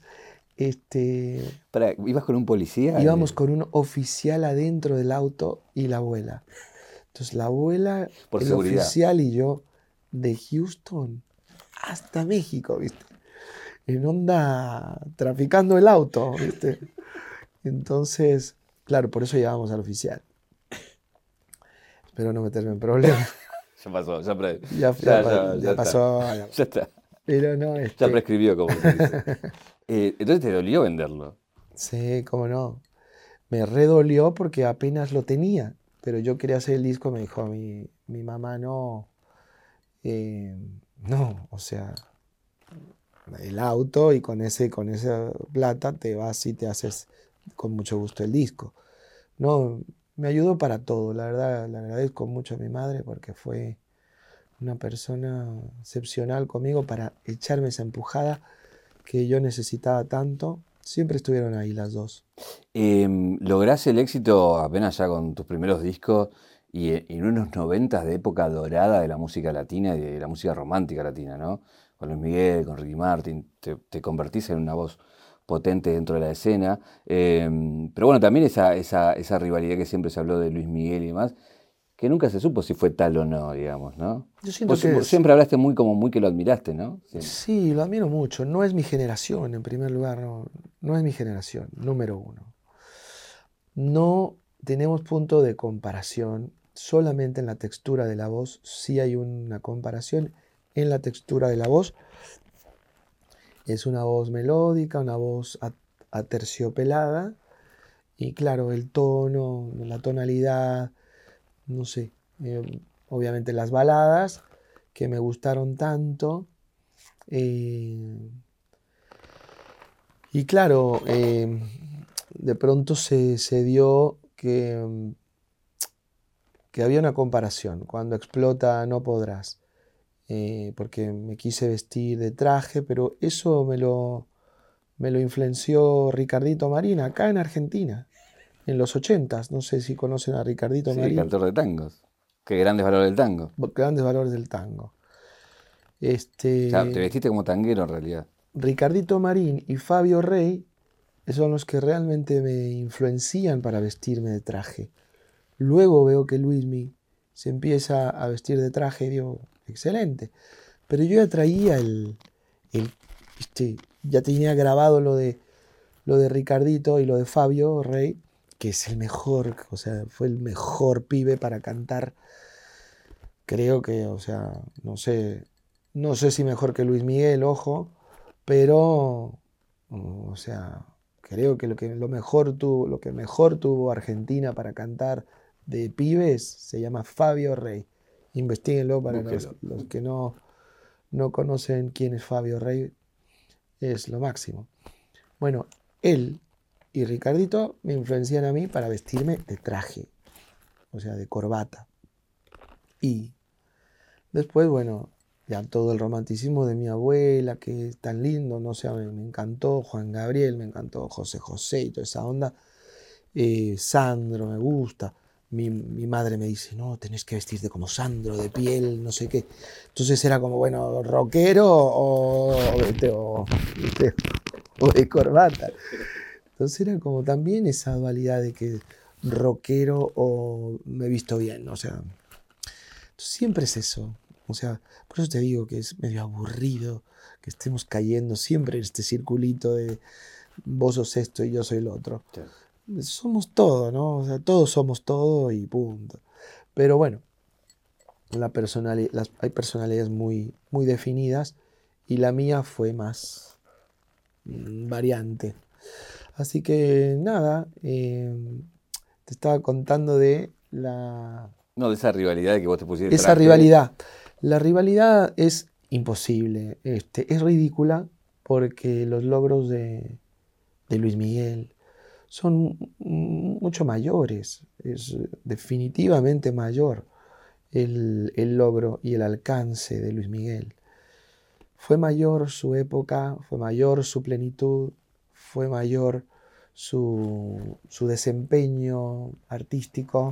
¿Ibas con un policía? íbamos con un oficial adentro del auto y la abuela. Entonces la abuela, Por el seguridad. oficial y yo de Houston hasta México, ¿viste? En onda traficando el auto, ¿viste? Entonces, claro, por eso llevábamos al oficial. Espero no meterme en problemas. Ya pasó, ya, Ya está. pasó. Ya está. Pero no, Ya prescribió, como se dice. Entonces te dolió venderlo. sí, cómo no. Me redolió porque apenas lo tenía. Pero yo quería hacer el disco, me dijo mi mamá, no, eh, no, o sea, el auto y con esa plata te vas y te haces con mucho gusto el disco. No, me ayudó para todo, la verdad, le agradezco mucho a mi madre porque fue una persona excepcional conmigo para echarme esa empujada que yo necesitaba tanto, siempre estuvieron ahí las dos. Lográs el éxito apenas ya con tus primeros discos y en unos 90 de época dorada de la música latina y de la música romántica latina, ¿no? Con Luis Miguel, con Ricky Martin, te convertís en una voz potente dentro de la escena. Pero bueno, también esa rivalidad que siempre se habló de Luis Miguel y demás, que nunca se supo si fue tal o no, digamos, ¿no? Yo siento que Vos siempre hablaste muy que lo admiraste, ¿no? Siempre. sí, lo admiro mucho. No es mi generación, en primer lugar, no es mi generación, número uno. No tenemos punto de comparación, solamente en la textura de la voz. Sí hay una comparación en la textura de la voz. Es una voz melódica, una voz aterciopelada. Y claro, el tono, la tonalidad, no sé. Obviamente las baladas que me gustaron tanto. eh, y claro, de pronto se dio que había una comparación. Cuando explota no podrás. Porque me quise vestir de traje, pero eso me lo influenció Ricardito Marín acá en Argentina, en los 80s. No sé si conocen a Ricardito Sí, Marín, cantor de tangos. Qué grandes valores del tango. grandes valores del tango. O sea, te Este, vestiste como tanguero en realidad. Ricardito Marín y Fabio Rey son los que realmente me influencian para vestirme de traje. Luego veo que Luismi se empieza a vestir de traje y digo, excelente. Pero yo ya traía el ya tenía grabado lo de Ricardito y lo de Fabio Rey, que es el mejor, o sea, fue el mejor pibe para cantar. Creo que, o sea, no sé si mejor que Luis Miguel, ojo, pero, o sea, creo que lo que mejor tuvo Argentina para cantar de pibes se llama Fabio Rey. Investíguenlo para Búsquelo. los que no conocen quién es Fabio Rey, es lo máximo. Bueno, él y Ricardito me influencian a mí para vestirme de traje, o sea, de corbata. Y después, bueno, ya todo el romanticismo de mi abuela, que es tan lindo, no sé, me encantó Juan Gabriel, me encantó José José y toda esa onda. Sandro me gusta. Mi madre me dice, no, tenés que vestirte como Sandro, de piel, no sé qué. Entonces era como, bueno, rockero o de corbata. Entonces era como también esa dualidad de que rockero o me he visto bien, o sea, siempre es eso. O sea, por eso te digo que es medio aburrido que estemos cayendo siempre en este circulito de vos sos esto y yo soy lo otro. Sí. Somos todo, ¿no? O sea, todos somos todo y punto. Pero bueno, hay personalidades muy definidas y la mía fue más variante. Así que nada, te estaba contando de No, de esa rivalidad que vos te pusiste esa traje. rivalidad. La rivalidad es imposible, es ridícula porque los logros de Luis Miguel son mucho mayores, es definitivamente mayor el logro y el alcance de Luis Miguel. Fue mayor su época, fue mayor su plenitud, fue mayor su desempeño artístico,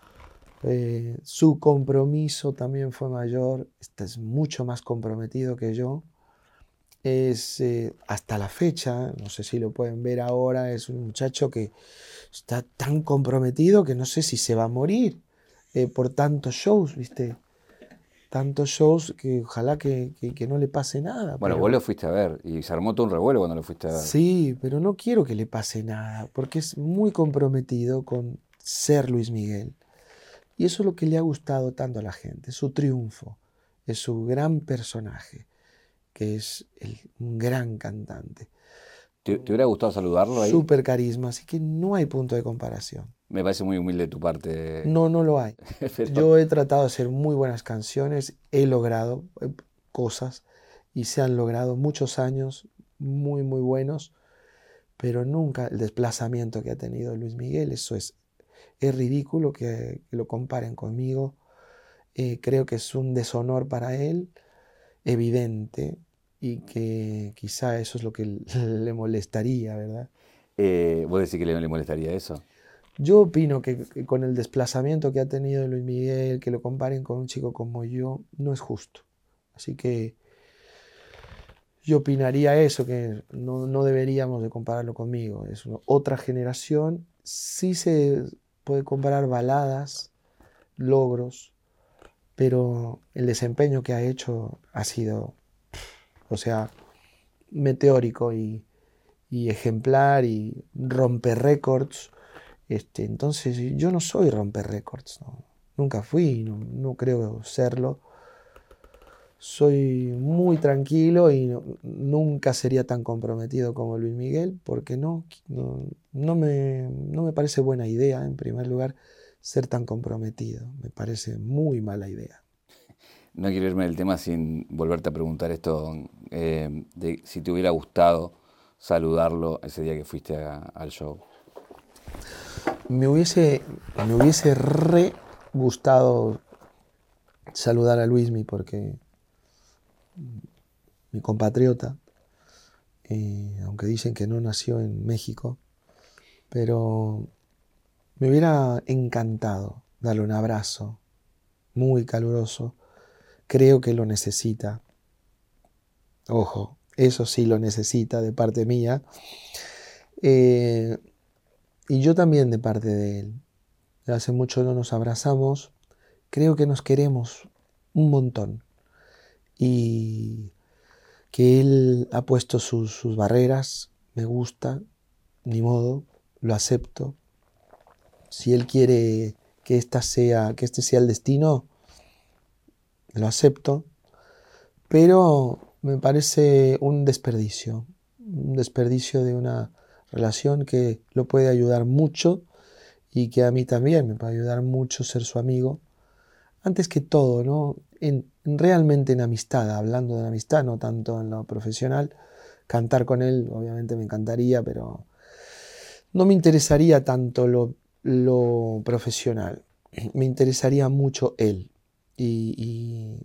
su compromiso también fue mayor, este es mucho más comprometido que yo. Es hasta la fecha, no sé si lo pueden ver ahora, es un muchacho que está tan comprometido que no sé si se va a morir por tantos shows, ¿viste? Tantos shows que ojalá que no le pase nada. Bueno, vos lo fuiste a ver y se armó todo un revuelo cuando lo fuiste a ver. Sí, pero no quiero que le pase nada, porque es muy comprometido con ser Luis Miguel. Y eso es lo que le ha gustado tanto a la gente, su triunfo, es su gran personaje, que es un gran cantante. ¿Te hubiera gustado saludarlo ahí? Súper carisma, así que no hay punto de comparación. Me parece muy humilde de tu parte. No lo hay. Pero, Yo he tratado de hacer muy buenas canciones, he logrado cosas y se han logrado muchos años muy buenos, pero nunca el desplazamiento que ha tenido Luis Miguel, es ridículo que lo comparen conmigo. Creo que es un deshonor para él, evidente. y que quizá eso es lo que le molestaría, ¿verdad? ¿Vos decís que le molestaría eso? Yo opino que con el desplazamiento que ha tenido Luis Miguel, que lo comparen con un chico como yo, no es justo. Así que yo opinaría eso, que no deberíamos de compararlo conmigo. Es otra generación. Sí se puede comparar baladas, logros, pero el desempeño que ha hecho ha sido, o sea, meteórico y ejemplar y romper récords. Entonces yo no soy romper récords, ¿no? Nunca fui, no creo serlo. Soy muy tranquilo y nunca sería tan comprometido como Luis Miguel porque no me parece buena idea, en primer lugar, ser tan comprometido. Me parece muy mala idea. No quiero irme del tema sin volverte a preguntar esto, de si te hubiera gustado saludarlo ese día que fuiste al show. Me hubiese re gustado saludar a Luismi porque mi compatriota, aunque dicen que no nació en México, pero me hubiera encantado darle un abrazo muy caluroso. Creo que lo necesita. Ojo, eso sí lo necesita de parte mía. Eh, y yo también de parte de él. Hace mucho no nos abrazamos. Creo que nos queremos un montón. Y que él ha puesto sus barreras. Me gusta. Ni modo. Lo acepto. Si él quiere que este sea el destino, lo acepto. Pero me parece un desperdicio de una relación que lo puede ayudar mucho y que a mí también me puede ayudar mucho ser su amigo. Antes que todo, ¿no? Realmente en amistad, hablando de la amistad, no tanto en lo profesional. Cantar con él, obviamente me encantaría, pero no me interesaría tanto lo profesional. Me interesaría mucho él y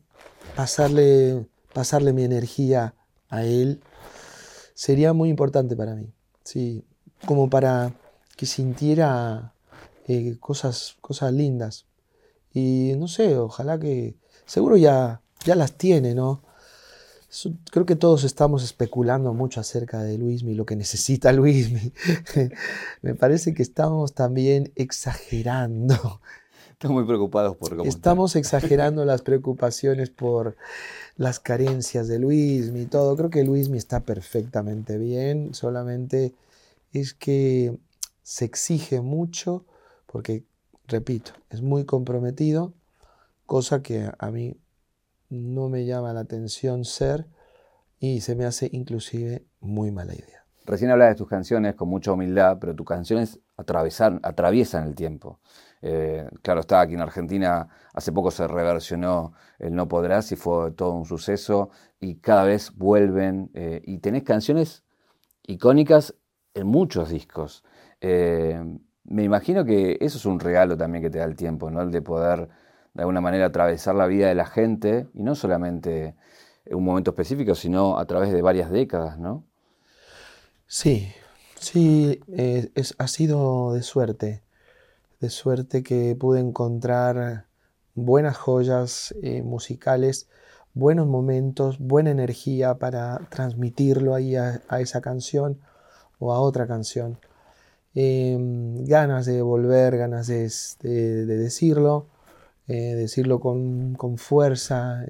pasarle mi energía a él sería muy importante para mí, sí, como para que sintiera cosas lindas. Y no sé, ojalá que, seguro ya las tiene, ¿no? Creo que todos estamos especulando mucho acerca de Luismi, lo que necesita Luismi. Me parece que estamos también exagerando. Están muy preocupados por cómo está. Estamos exagerando las preocupaciones por las carencias de Luismi y todo. Creo que Luismi está perfectamente bien, solamente es que se exige mucho porque, repito, es muy comprometido, cosa que a mí no me llama la atención ser y se me hace inclusive muy mala idea. Recién hablabas de tus canciones con mucha humildad, pero tus canciones atraviesan el tiempo. Claro, estaba aquí en Argentina, hace poco se reversionó el No Podrás y fue todo un suceso y cada vez vuelven y tenés canciones icónicas en muchos discos. Me imagino que eso es un regalo también que te da el tiempo, ¿no? El de poder de alguna manera atravesar la vida de la gente y no solamente un momento específico, sino a través de varias décadas, ¿no? Sí, sí, ha sido de suerte que pude encontrar buenas joyas musicales, buenos momentos, buena energía para transmitirlo ahí a esa canción o a otra canción. Ganas de volver, ganas de decirlo con fuerza,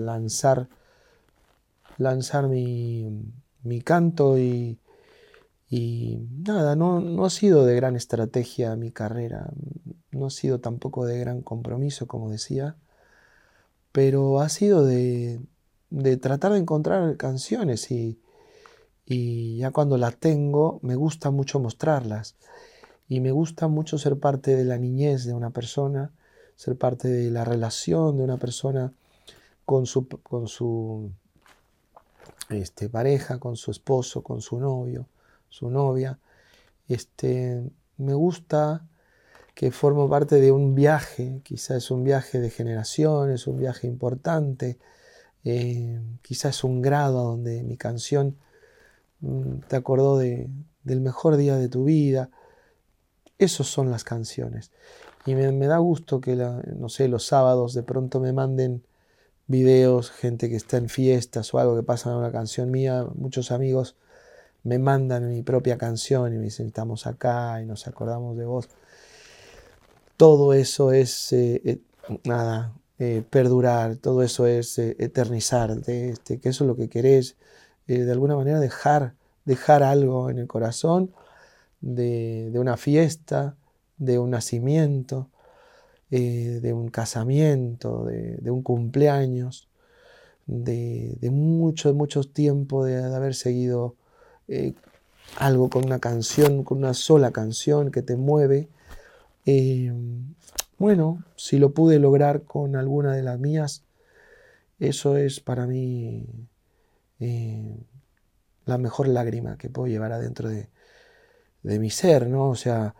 lanzar mi canto y nada, no ha sido de gran estrategia mi carrera, no ha sido tampoco de gran compromiso, como decía, pero ha sido de tratar de encontrar canciones y ya cuando las tengo me gusta mucho mostrarlas y me gusta mucho ser parte de la niñez de una persona, ser parte de la relación de una persona con su pareja, con su esposo, con su novio, su novia. Me gusta que formo parte de un viaje, quizás es un viaje de generaciones, un viaje importante, Quizás es un grado a donde mi canción te acordó del mejor día de tu vida. Esos son las canciones. Y me da gusto que, no sé, los sábados de pronto me manden videos, gente que está en fiestas o algo que pasan a una canción mía. Muchos amigos me mandan mi propia canción y me dicen, estamos acá y nos acordamos de vos. Todo eso es, perdurar, todo eso es eternizar, que eso es lo que querés, de alguna manera dejar algo en el corazón de una fiesta, de un nacimiento, de un casamiento, de un cumpleaños, de mucho tiempo de haber seguido eh, algo con una canción, con una sola canción que te mueve. Eh, bueno, si lo pude lograr con alguna de las mías, eso es para mí eh, la mejor lágrima que puedo llevar adentro de mi ser, ¿no? O sea,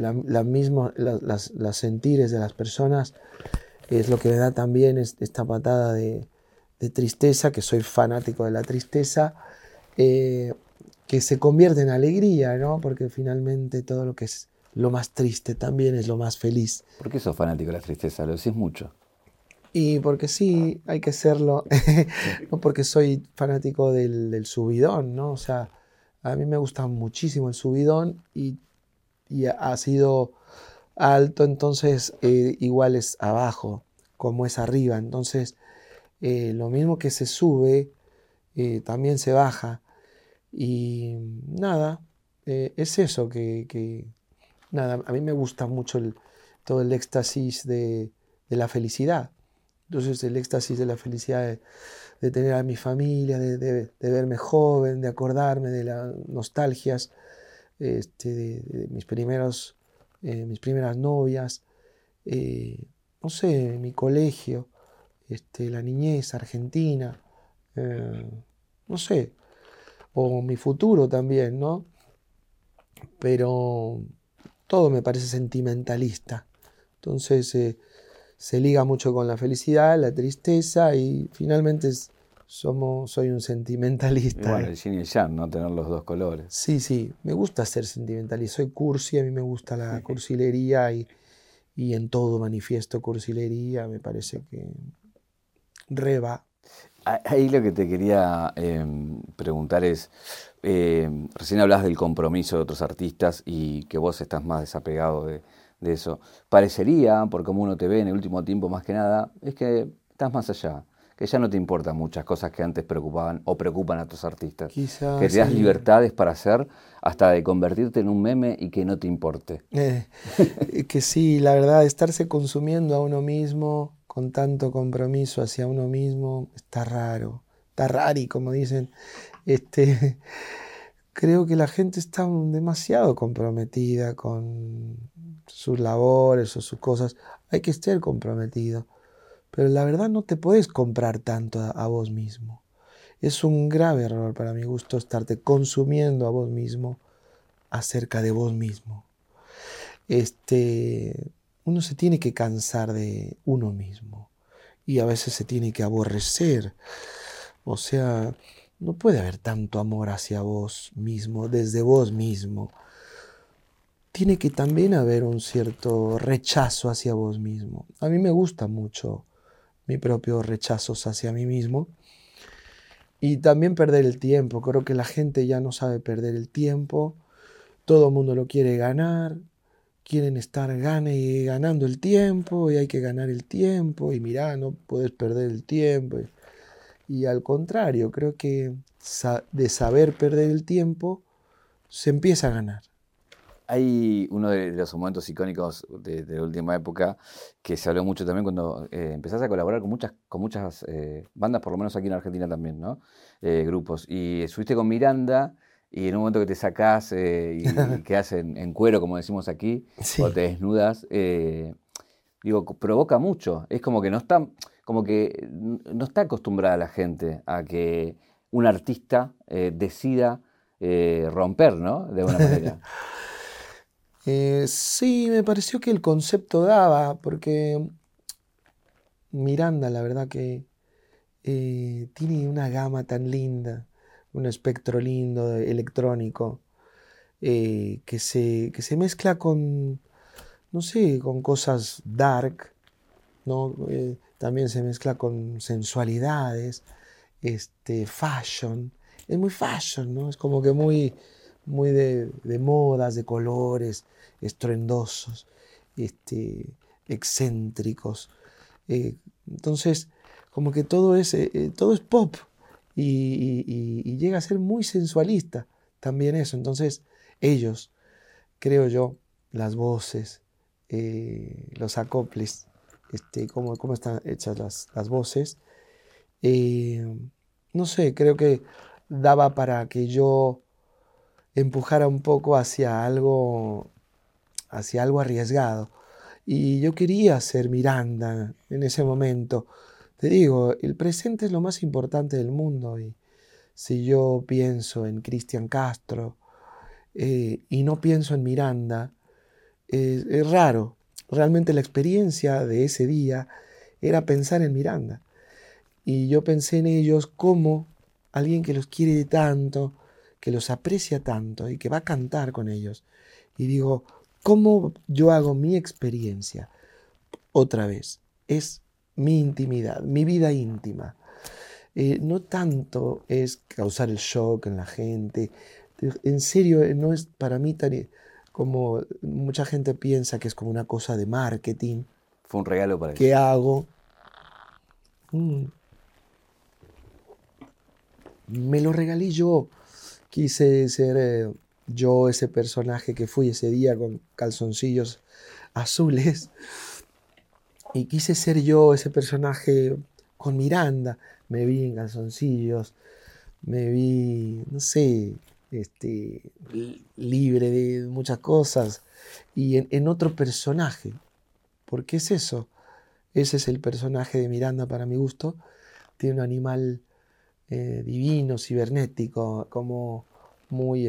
las sentires de las personas es lo que me da también esta patada de tristeza, que soy fanático de la tristeza, que se convierte en alegría, ¿no? Porque finalmente todo lo que es lo más triste también es lo más feliz. ¿Por qué sos fanático de la tristeza? Lo decís mucho. Y porque sí, hay que serlo, no porque soy fanático del subidón, ¿no? O sea, a mí me gusta muchísimo el subidón y ha sido alto, entonces igual es abajo, como es arriba. Entonces, lo mismo que se sube, también se baja. Y nada, es eso nada, a mí me gusta mucho todo el éxtasis de la felicidad. Entonces el éxtasis de la felicidad de tener a mi familia, de verme joven, de acordarme de las nostalgias de mis primeras novias, no sé, mi colegio, la niñez argentina, no sé, o mi futuro también, ¿no? Pero todo me parece sentimentalista. Entonces se liga mucho con la felicidad, la tristeza y finalmente soy un sentimentalista. Y bueno, el yin y el yang, ¿no? Tener los dos colores. Sí, me gusta ser sentimental y soy cursi, a mí me gusta la cursilería y en todo manifiesto cursilería, me parece que reba. Ahí lo que te quería preguntar es, recién hablabas del compromiso de otros artistas y que vos estás más desapegado de eso. Parecería, por cómo uno te ve en el último tiempo más que nada, es que estás más allá, que ya no te importan muchas cosas que antes preocupaban o preocupan a otros artistas. Quizás Que te das libertades para hacer, hasta de convertirte en un meme y que no te importe. Que sí, la verdad, estarse consumiendo a uno mismo con tanto compromiso hacia uno mismo está raro, está rari, como dicen. Creo que la gente está demasiado comprometida con sus labores o sus cosas. Hay que estar comprometido, pero la verdad no te puedes comprar tanto a vos mismo. Es un grave error para mi gusto estarte consumiendo a vos mismo acerca de vos mismo. Uno se tiene que cansar de uno mismo y a veces se tiene que aborrecer. O sea, no puede haber tanto amor hacia vos mismo, desde vos mismo. Tiene que también haber un cierto rechazo hacia vos mismo. A mí me gusta mucho mi propio rechazo hacia mí mismo y también perder el tiempo. Creo que la gente ya no sabe perder el tiempo. Todo el mundo lo quiere ganar. Quieren estar ganando el tiempo y hay que ganar el tiempo y mirá, no puedes perder el tiempo. Y al contrario, creo que de saber perder el tiempo se empieza a ganar. Hay uno de los momentos icónicos de la última época que se habló mucho también cuando empezaste a colaborar con muchas bandas, por lo menos aquí en Argentina también, ¿no? Grupos. Y estuviste con Miranda y en un momento que te sacás y quedás en cuero, como decimos aquí, Sí. o te desnudas, digo, provoca mucho. Es como que como que no está acostumbrada la gente a que un artista decida romper, ¿no? De alguna manera. Sí, me pareció que el concepto daba, porque Miranda, la verdad que tiene una gama tan linda, un espectro lindo electrónico, que se mezcla con, no sé, con cosas dark, ¿no? También se mezcla con sensualidades, fashion. Es muy fashion, ¿no? Es como que muy de modas, de colores, estruendosos, excéntricos. Entonces, como que todo es pop y llega a ser muy sensualista también eso. Entonces, ellos, creo yo, las voces, los acoples, cómo están hechas las voces, eh, no sé, creo que daba para que yo empujara un poco hacia algo arriesgado. Y yo quería ser Miranda en ese momento. Te digo, el presente es lo más importante del mundo. Y si yo pienso en Cristian Castro y no pienso en Miranda, es raro. Realmente la experiencia de ese día era pensar en Miranda. Y yo pensé en ellos como alguien que los quiere tanto, que los aprecia tanto y que va a cantar con ellos. Y digo, ¿cómo yo hago mi experiencia? Otra vez, es mi intimidad, mi vida íntima. No tanto es causar el shock en la gente. En serio, no es para mí tan como mucha gente piensa que es como una cosa de marketing Fue un regalo para que ellos. hago. Mm, Me lo regalé yo. Quise ser yo ese personaje que fui ese día con calzoncillos azules. Y quise ser yo ese personaje con Miranda. Me vi en calzoncillos, me vi, no sé, libre de muchas cosas. Y en otro personaje. Porque es eso. Ese es el personaje de Miranda para mi gusto. Tiene un animal divino, cibernético, como muy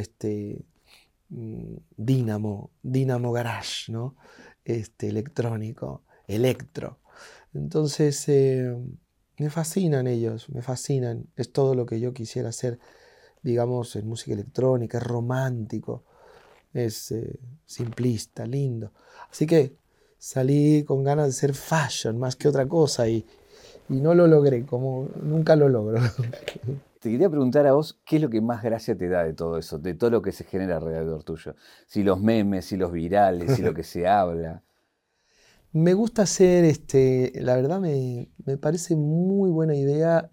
Dynamo Garage, ¿no? Electrónico, electro. Entonces, me fascinan ellos, me fascinan. Es todo lo que yo quisiera hacer, digamos, en música electrónica, es romántico, es simplista, lindo. Así que salí con ganas de ser fashion más que otra cosa y no lo logré, como nunca lo logro. Te quería preguntar a vos, ¿qué es lo que más gracia te da de todo eso, de todo lo que se genera alrededor tuyo? Si los memes, si los virales, si lo que se habla. Me gusta hacer, la verdad me parece muy buena idea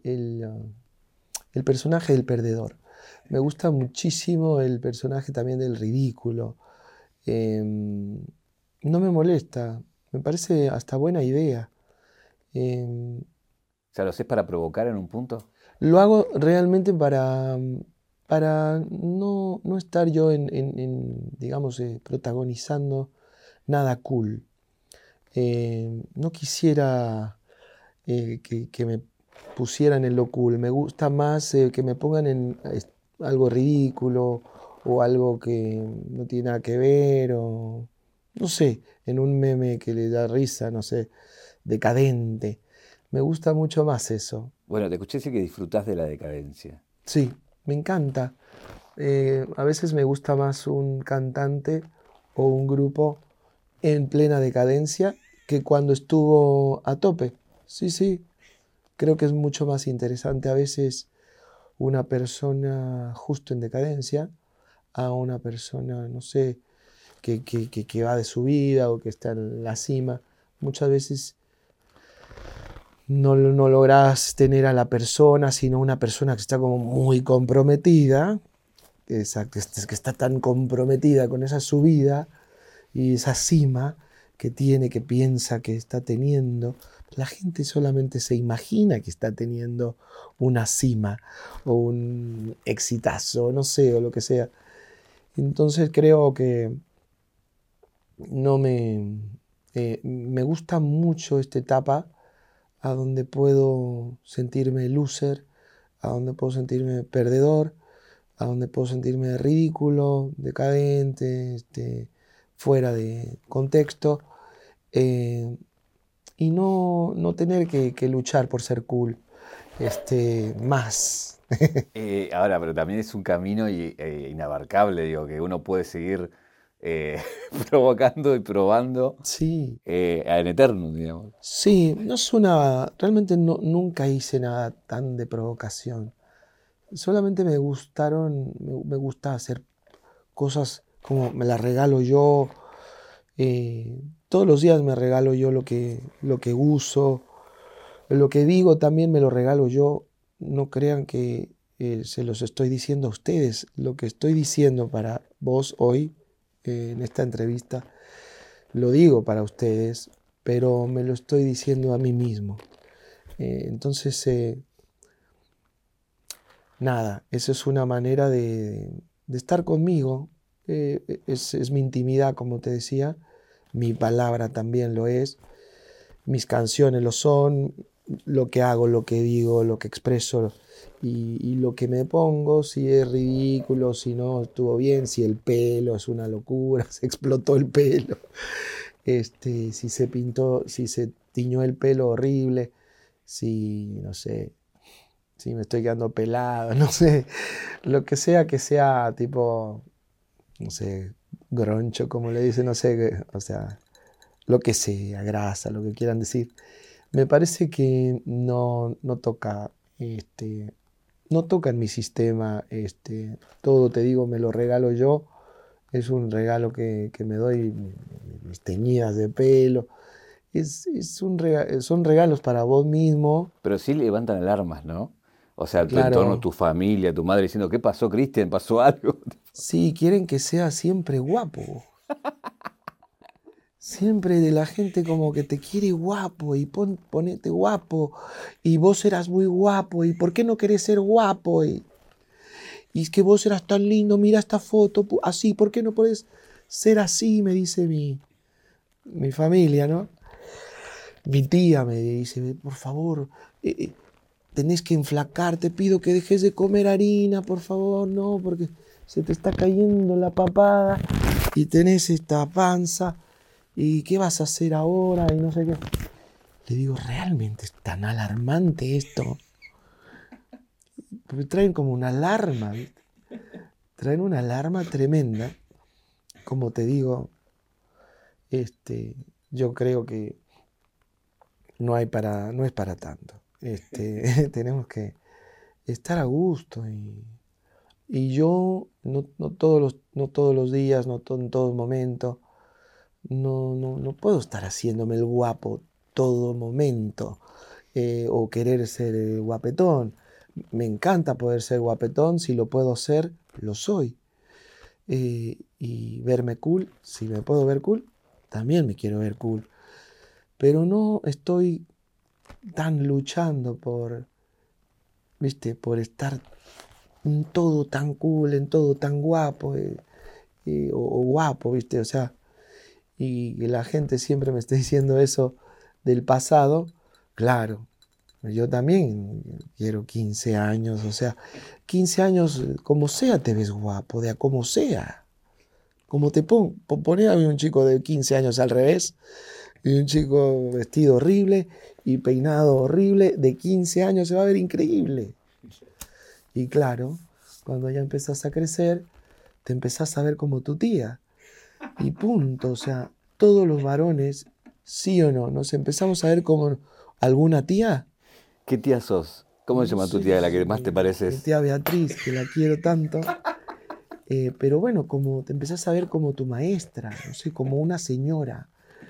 el personaje del perdedor. Me gusta muchísimo el personaje también del ridículo. Em, no me molesta, me parece hasta buena idea. Em, O sea, ¿lo haces para provocar en un punto? lo hago realmente para no estar yo digamos, protagonizando nada cool. No quisiera que me pusieran en lo cool. Me gusta más que me pongan en algo ridículo o algo que no tiene nada que ver o no sé, en un meme que le da risa, no sé, decadente. Me gusta mucho más eso. Bueno, te escuché decir que disfrutás de la decadencia. Sí, me encanta. A veces me gusta más un cantante o un grupo en plena decadencia que cuando estuvo a tope. Sí, sí, creo que es mucho más interesante a veces una persona justo en decadencia a una persona, no sé, que va de su vida o que está en la cima. Muchas veces no logras tener a la persona, sino una persona que está como muy comprometida, que está tan comprometida con esa subida y esa cima que tiene, que piensa que está teniendo. La gente solamente se imagina que está teniendo una cima o un exitazo, no sé, o lo que sea. Entonces creo que no me gusta mucho esta etapa a donde puedo sentirme loser, a donde puedo sentirme perdedor, a donde puedo sentirme ridículo, decadente, fuera de contexto, eh, y no tener que luchar por ser cool. más. Ahora, pero también es un camino inabarcable, digo, que uno puede seguir eh, provocando y probando Sí, en eterno, digamos. sí, realmente nunca hice nada tan de provocación. Solamente me gusta hacer cosas como me las regalo yo. Todos los días me regalo yo lo que uso, lo que digo también me lo regalo yo. No crean que se los estoy diciendo a ustedes. Lo que estoy diciendo para vos hoy, en esta entrevista, lo digo para ustedes, pero me lo estoy diciendo a mí mismo. Entonces, nada, eso es una manera de estar conmigo. Es mi intimidad, como te decía. Mi palabra también lo es. Mis canciones lo son. Lo que hago, lo que digo, lo que expreso y lo que me pongo, si es ridículo, si no estuvo bien, si el pelo es una locura, se explotó el pelo, si se pintó, si se tiñó el pelo horrible, si, no sé, si me estoy quedando pelado, no sé, lo que sea tipo, no sé, groncho, como le dicen, no sé, o sea, lo que sea, grasa, lo que quieran decir. Me parece que no toca, no toca en mi sistema, todo te digo, me lo regalo yo, es un regalo que me doy, mis teñidas de pelo, son regalos para vos mismo, Pero sí levantan alarmas, ¿no? O sea, tu entorno, claro, tu familia, tu madre diciendo, ¿qué pasó, Cristian? ¿Pasó algo? sí, quieren que sea siempre guapo. Siempre de la gente como que te quiere guapo y ponete guapo y vos eras muy guapo y ¿por qué no querés ser guapo? Y es que vos eras tan lindo, mira esta foto, así, ¿por qué no podés ser así? Me dice mi familia, ¿no? Mi tía me dice, por favor, tenés que enflacar, te pido que dejes de comer harina, por favor, no, porque se te está cayendo la papada y tenés esta panza. ¿Y qué vas a hacer ahora? Y no sé qué. Le digo, ¿realmente es tan alarmante esto? Porque traen como una alarma, ¿viste? Traen una alarma tremenda. Como te digo, yo creo que no es para tanto. Tenemos que estar a gusto y yo no todos los días, en todo momento, no puedo estar haciéndome el guapo todo momento o querer ser guapetón. Me encanta poder ser guapetón, si lo puedo ser, lo soy. Y verme cool, si me puedo ver cool, también me quiero ver cool. Pero no estoy tan luchando ¿viste? Por estar en todo tan cool, en todo tan guapo, o guapo, ¿viste? O sea, y que la gente siempre me esté diciendo eso del pasado, claro, yo también quiero 15 años, o sea, 15 años, como sea, te ves guapo, de a como sea. Como te poné a mí un chico de 15 años al revés, y un chico vestido horrible y peinado horrible, de 15 años se va a ver increíble. Y claro, cuando ya empezás a crecer, te empezás a ver como tu tía. Y punto, o sea, todos los varones, sí o no, nos empezamos a ver como alguna tía. ¿Qué tía sos? ¿Cómo se No llama tu sé, tía de la que más te mi pareces? tía Beatriz, que la quiero tanto. Pero bueno, como te empezás a ver como tu maestra, no sé, como una señora.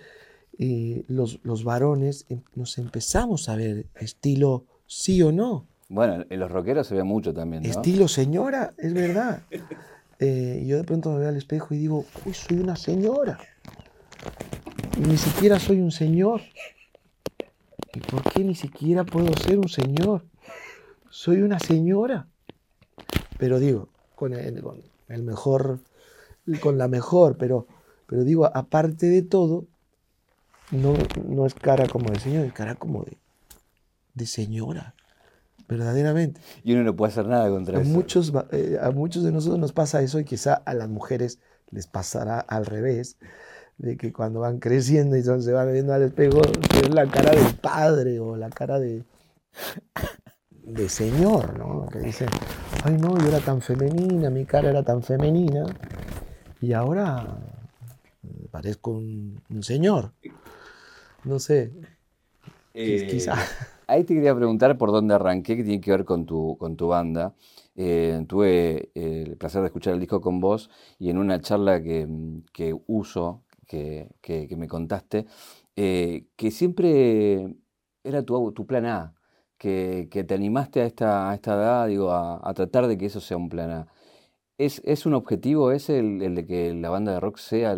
Los varones nos empezamos a ver estilo sí o no. Bueno, en los rockeros se ve mucho también, ¿no? Estilo señora, es verdad. Y yo de pronto me veo al espejo y digo, uy, soy una señora. Y ni siquiera soy un señor. ¿Y por qué ni siquiera puedo ser un señor? Soy una señora. Pero digo, con el mejor, con la mejor, pero digo, aparte de todo, no, no es cara como de señor, es cara como de señora, verdaderamente. Y uno no puede hacer nada contra eso. A muchos de nosotros nos pasa eso y quizá a las mujeres les pasará al revés, de que cuando van creciendo y se van viendo al espejo, ven la cara del padre o la cara de señor, ¿no? Que dicen, ay no, yo era tan femenina, mi cara era tan femenina, y ahora parezco un señor. No sé, quizá. Ahí te quería preguntar por dónde arranqué, que tiene que ver con tu banda. Tuve el placer de escuchar el disco con vos y en una charla que uso, que me contaste, que siempre era tu plan A, que te animaste a esta edad, digo, a tratar de que eso sea un plan A. Es un objetivo ese el de que la banda de rock sea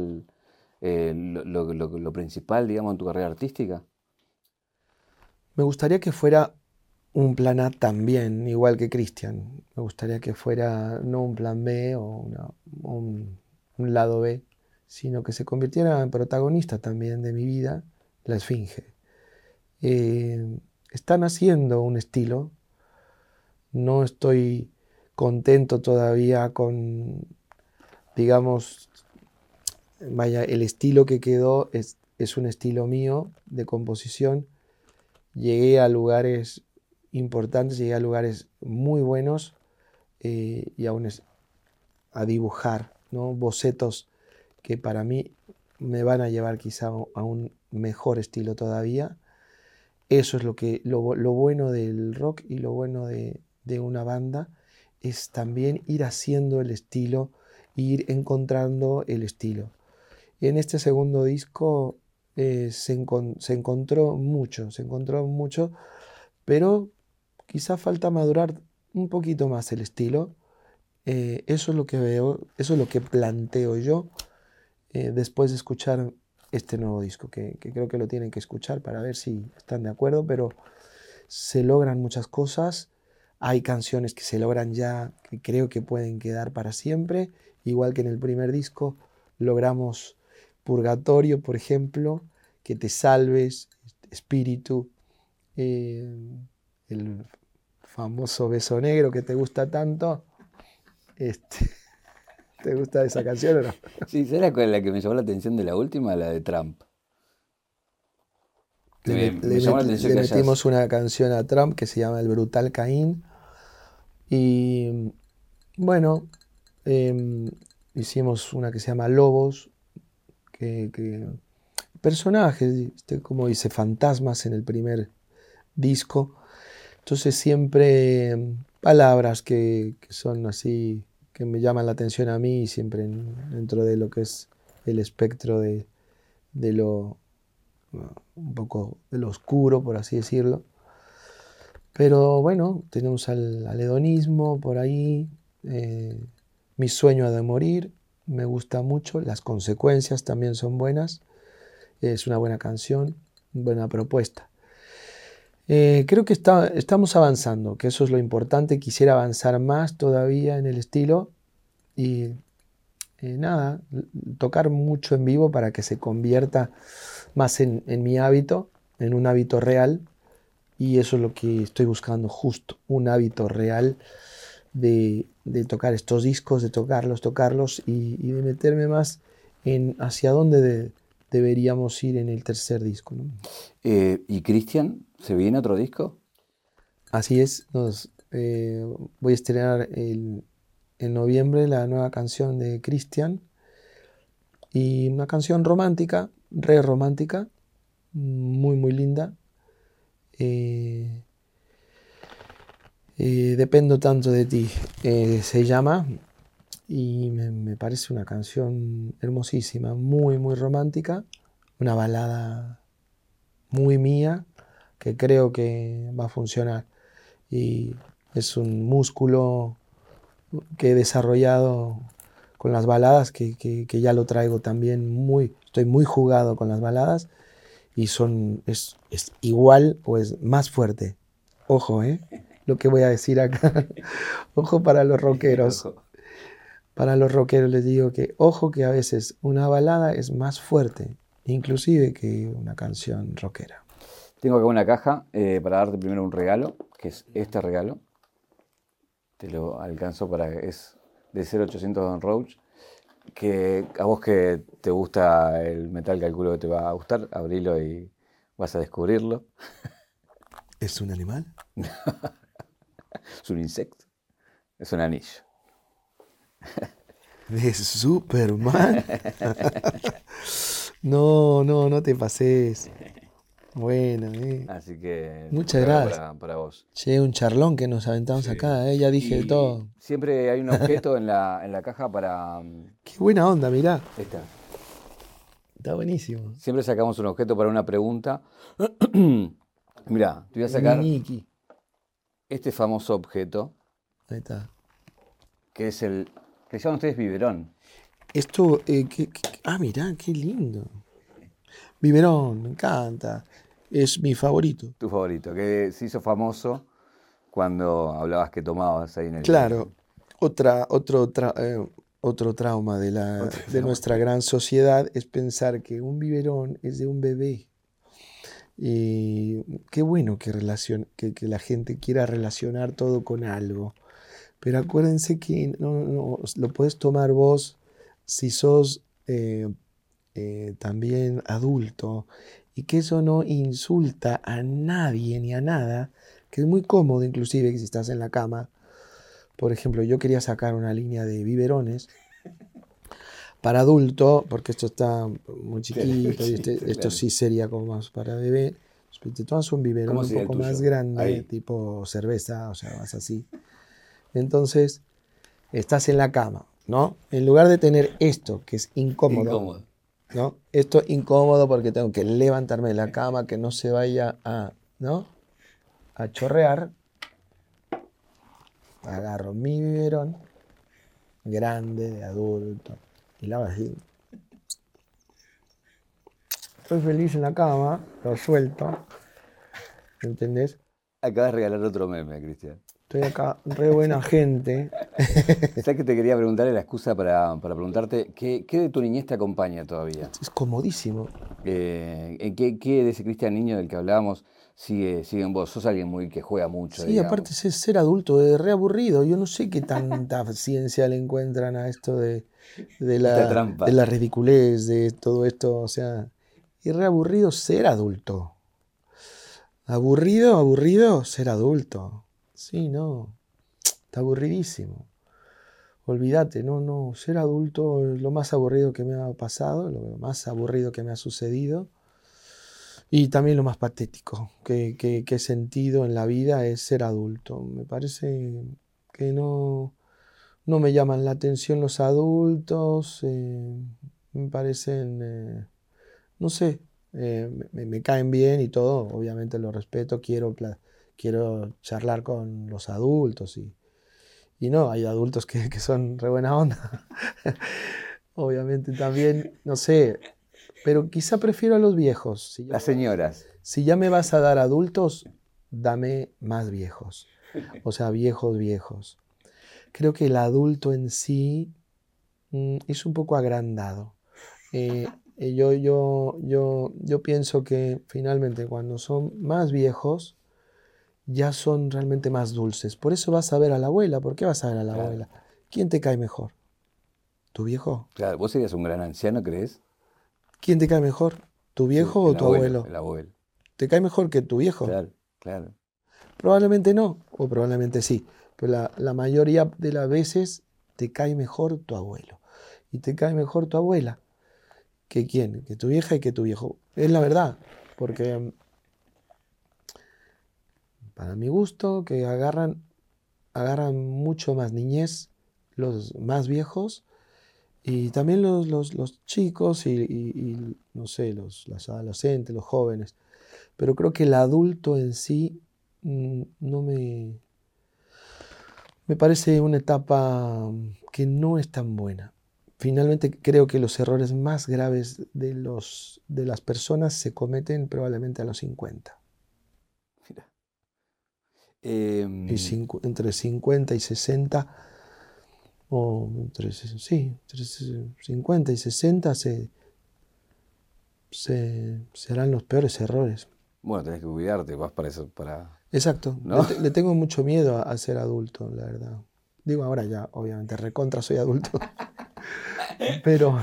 lo principal, digamos, en tu carrera artística? Me gustaría que fuera un plan A también, igual que Cristian. Me gustaría que fuera no un plan B o un lado B, sino que se convirtiera en protagonista también de mi vida, la Esfinge. Están haciendo un estilo, no estoy contento todavía con, digamos, vaya, el estilo que quedó es un estilo mío de composición. Llegué a lugares importantes, llegué a lugares muy buenos y aún a dibujar, ¿no? Bocetos que para mí me van a llevar quizá a un mejor estilo todavía. Eso es lo bueno del rock y lo bueno de una banda, es también ir haciendo el estilo, ir encontrando el estilo. En este segundo disco se encontró mucho, pero quizá falta madurar un poquito más el estilo. Eso es lo que veo, eso es lo que planteo yo después de escuchar este nuevo disco, que creo que lo tienen que escuchar para ver si están de acuerdo, pero se logran muchas cosas. Hay canciones que se logran ya, que creo que pueden quedar para siempre, igual que en el primer disco logramos Purgatorio, por ejemplo, Que te salves, Espíritu, eh, el famoso Beso Negro que te gusta tanto. Este, ¿Te gusta esa canción o no? Sí, ¿sabes cuál es la que me llamó la atención de la última? La de Trump. Le, Me llamó la atención le que hayas... metimos una canción a Trump que se llama El Brutal Caín. Y bueno, eh, hicimos una que se llama Lobos, que personajes, como dice, fantasmas en el primer disco. Entonces siempre palabras que son así, que me llaman la atención a mí, siempre dentro de lo que es el espectro de lo, un poco de lo oscuro, por así decirlo. Pero bueno, tenemos al hedonismo por ahí, eh, mi sueño de morir, me gusta mucho, las consecuencias también son buenas, es una buena canción, buena propuesta. Creo que estamos avanzando, que eso es lo importante. Quisiera avanzar más todavía en el estilo y nada, tocar mucho en vivo para que se convierta más en mi hábito, en un hábito real. Y eso es lo que estoy buscando, justo un hábito real de tocar estos discos, de tocarlos y de meterme más en hacia dónde deberíamos ir en el tercer disco, ¿no? ¿Y Cristian? ¿Se viene otro disco? Así es, voy a estrenar en noviembre la nueva canción de Cristian y una canción romántica, re romántica, muy muy linda. Eh, Dependo tanto de ti, se llama, y me parece una canción hermosísima, muy muy romántica, una balada muy mía que creo que va a funcionar y es un músculo que he desarrollado con las baladas, que ya lo traigo también estoy muy jugado con las baladas y es igual o es más fuerte. Ojo, lo que voy a decir acá. Ojo para los rockeros. Ojo. Para los rockeros les digo que ojo que a veces una balada es más fuerte, inclusive que una canción rockera. Tengo acá una caja para darte primero un regalo, que es este regalo. Te lo alcanzo es de 0800 Don Roach. Que a vos que te gusta el metal, calculo que te va a gustar. Abrilo y vas a descubrirlo. ¿Es un animal? ¿Es un insecto? Es un anillo. ¿De Superman? No, no te pases. Bueno, Así que muchas regalo gracias. para vos. Che, un charlón que nos aventamos Sí. acá, ya dije de Y todo. siempre hay un objeto en la caja para... Qué buena onda, mirá. Esta. Está buenísimo. Siempre sacamos un objeto para una pregunta. Mirá, te voy a El sacar Niñiki. este famoso objeto, Ahí está. que es el que llaman ustedes biberón. Esto, mirá, qué lindo. Biberón, me encanta. Es mi favorito. Tu favorito, que se hizo famoso cuando hablabas que tomabas ahí en el... Claro, otro trauma de nuestra gran sociedad es pensar que un biberón es de un bebé. Y qué bueno que la gente quiera relacionar todo con algo. Pero acuérdense que no, lo puedes tomar vos si sos también adulto y que eso no insulta a nadie ni a nada, que es muy cómodo inclusive que si estás en la cama. Por ejemplo, yo quería sacar una línea de biberones para adulto, porque esto está muy chiquito y esto sí sería como más para bebé. Te tomas un biberón un poco más grande, ahí, tipo cerveza, o sea, vas así. Entonces, estás en la cama, ¿no? En lugar de tener esto, que es incómodo. ¿No? Esto es incómodo porque tengo que levantarme de la cama, que no se vaya ¿no? A chorrear. Agarro mi biberón grande, de adulto, y lo hago así. Estoy feliz en la cama, lo suelto. ¿Entendés? Acabas de regalar otro meme, Cristian. Estoy acá, re buena gente. ¿Sabes que te quería preguntar? La excusa para preguntarte, ¿qué de tu niñez te acompaña todavía? Es comodísimo. ¿Qué de ese Cristian niño del que hablábamos sigue en vos? Sos alguien muy que juega mucho, Sí, digamos. aparte es ser adulto, es re aburrido. Yo no sé qué tanta ciencia le encuentran a esto de la ridiculez, de todo esto. O sea, es re aburrido ser adulto. Aburrido ser adulto. Sí, no. Está aburridísimo. Olvídate, no, ser adulto es lo más aburrido que me ha pasado, lo más aburrido que me ha sucedido y también lo más patético que he sentido en la vida es ser adulto. Me parece que no me llaman la atención los adultos, me parecen, no sé, me caen bien y todo, obviamente lo respeto, quiero charlar con los adultos y no, hay adultos que son re buena onda. Obviamente también, no sé, pero quizá prefiero a los viejos. Las señoras. Si ya me vas a dar adultos, dame más viejos. O sea, viejos. Creo que el adulto en sí es un poco agrandado. Yo pienso que finalmente cuando son más viejos, ya son realmente más dulces. Por eso vas a ver a la abuela. ¿Por qué vas a ver a la abuela? ¿Quién te cae mejor? ¿Tu viejo? Claro, vos serías un gran anciano, ¿crees? ¿Quién te cae mejor? ¿Tu viejo o tu abuelo? El abuelo. ¿Te cae mejor que tu viejo? Claro. Probablemente no, o probablemente sí. Pero la mayoría de las veces te cae mejor tu abuelo. Y te cae mejor tu abuela. ¿Que quién? Que tu vieja y que tu viejo. Es la verdad. Porque para mi gusto, que agarran mucho más niñez los más viejos y también los chicos y no sé, los adolescentes, los jóvenes. Pero creo que el adulto en sí no me parece una etapa que no es tan buena. Finalmente creo que los errores más graves de las personas se cometen probablemente a los 50. Mira. Entre 50 y 60, o entre 50 y 60 serán los peores errores. Bueno, tenés que cuidarte, vas para eso, para... Exacto. ¿No? Le tengo mucho miedo a ser adulto, la verdad. Digo, ahora ya, obviamente, recontra soy adulto. Pero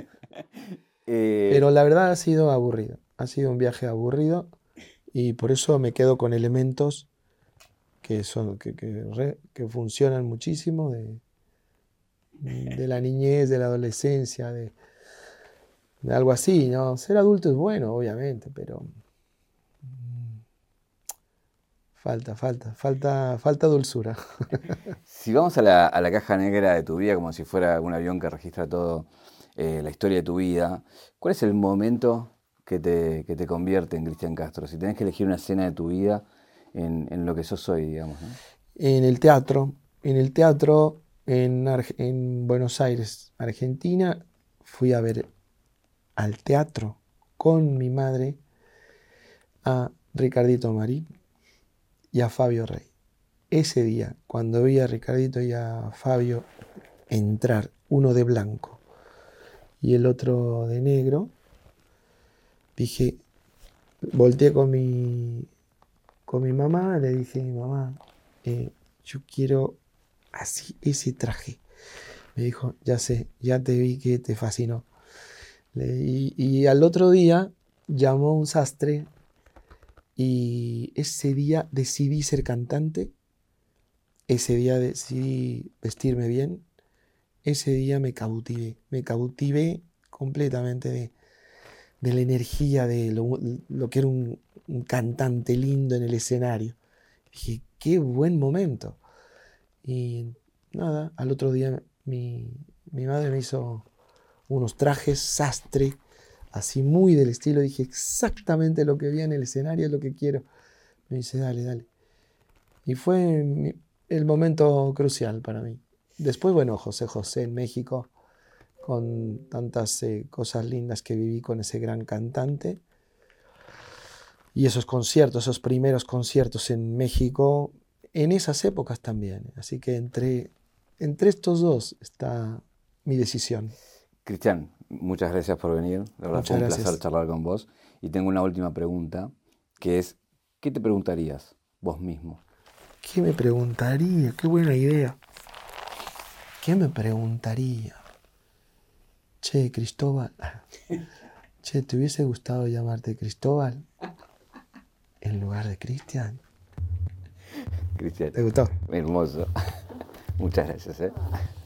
la verdad ha sido aburrido. Ha sido un viaje aburrido y por eso me quedo con elementos que funcionan muchísimo de la niñez, de la adolescencia, de algo así, ¿no? Ser adulto es bueno, obviamente, pero falta dulzura. Si vamos a la caja negra de tu vida, como si fuera un avión que registra todo la historia de tu vida, ¿cuál es el momento que te convierte en Cristian Castro? Si tenés que elegir una escena de tu vida en lo que sos hoy, digamos, ¿no? En el teatro en Buenos Aires, Argentina, fui a ver al teatro con mi madre a Ricardito Marí y a Fabio Rey. Ese día, cuando vi a Ricardito y a Fabio entrar, uno de blanco y el otro de negro, dije, volteé con mi mamá, le dije, mamá, yo quiero así ese traje. Me dijo, ya sé, ya te vi que te fascinó. Y al otro día llamó un sastre y ese día decidí ser cantante, ese día decidí vestirme bien, ese día me cautivé completamente de la energía de lo que era un cantante lindo en el escenario. Dije, qué buen momento. Y nada, al otro día mi madre me hizo unos trajes sastre, así muy del estilo. Dije, exactamente lo que vi en el escenario es lo que quiero. Me dice, dale. Y fue el momento crucial para mí. Después, bueno, José José en México, con tantas cosas lindas que viví con ese gran cantante. Y esos conciertos, esos primeros conciertos en México, en esas épocas también. Así que entre estos dos está mi decisión. Cristian, muchas gracias por venir. La verdad fue un placer charlar con vos. Y tengo una última pregunta, que es, ¿qué te preguntarías vos mismo? ¿Qué me preguntaría? Qué buena idea. ¿Qué me preguntaría? Che, Cristóbal. Che, ¿te hubiese gustado llamarte Cristóbal en lugar de Cristian? Cristian. ¿Te gustó? Hermoso. Muchas gracias,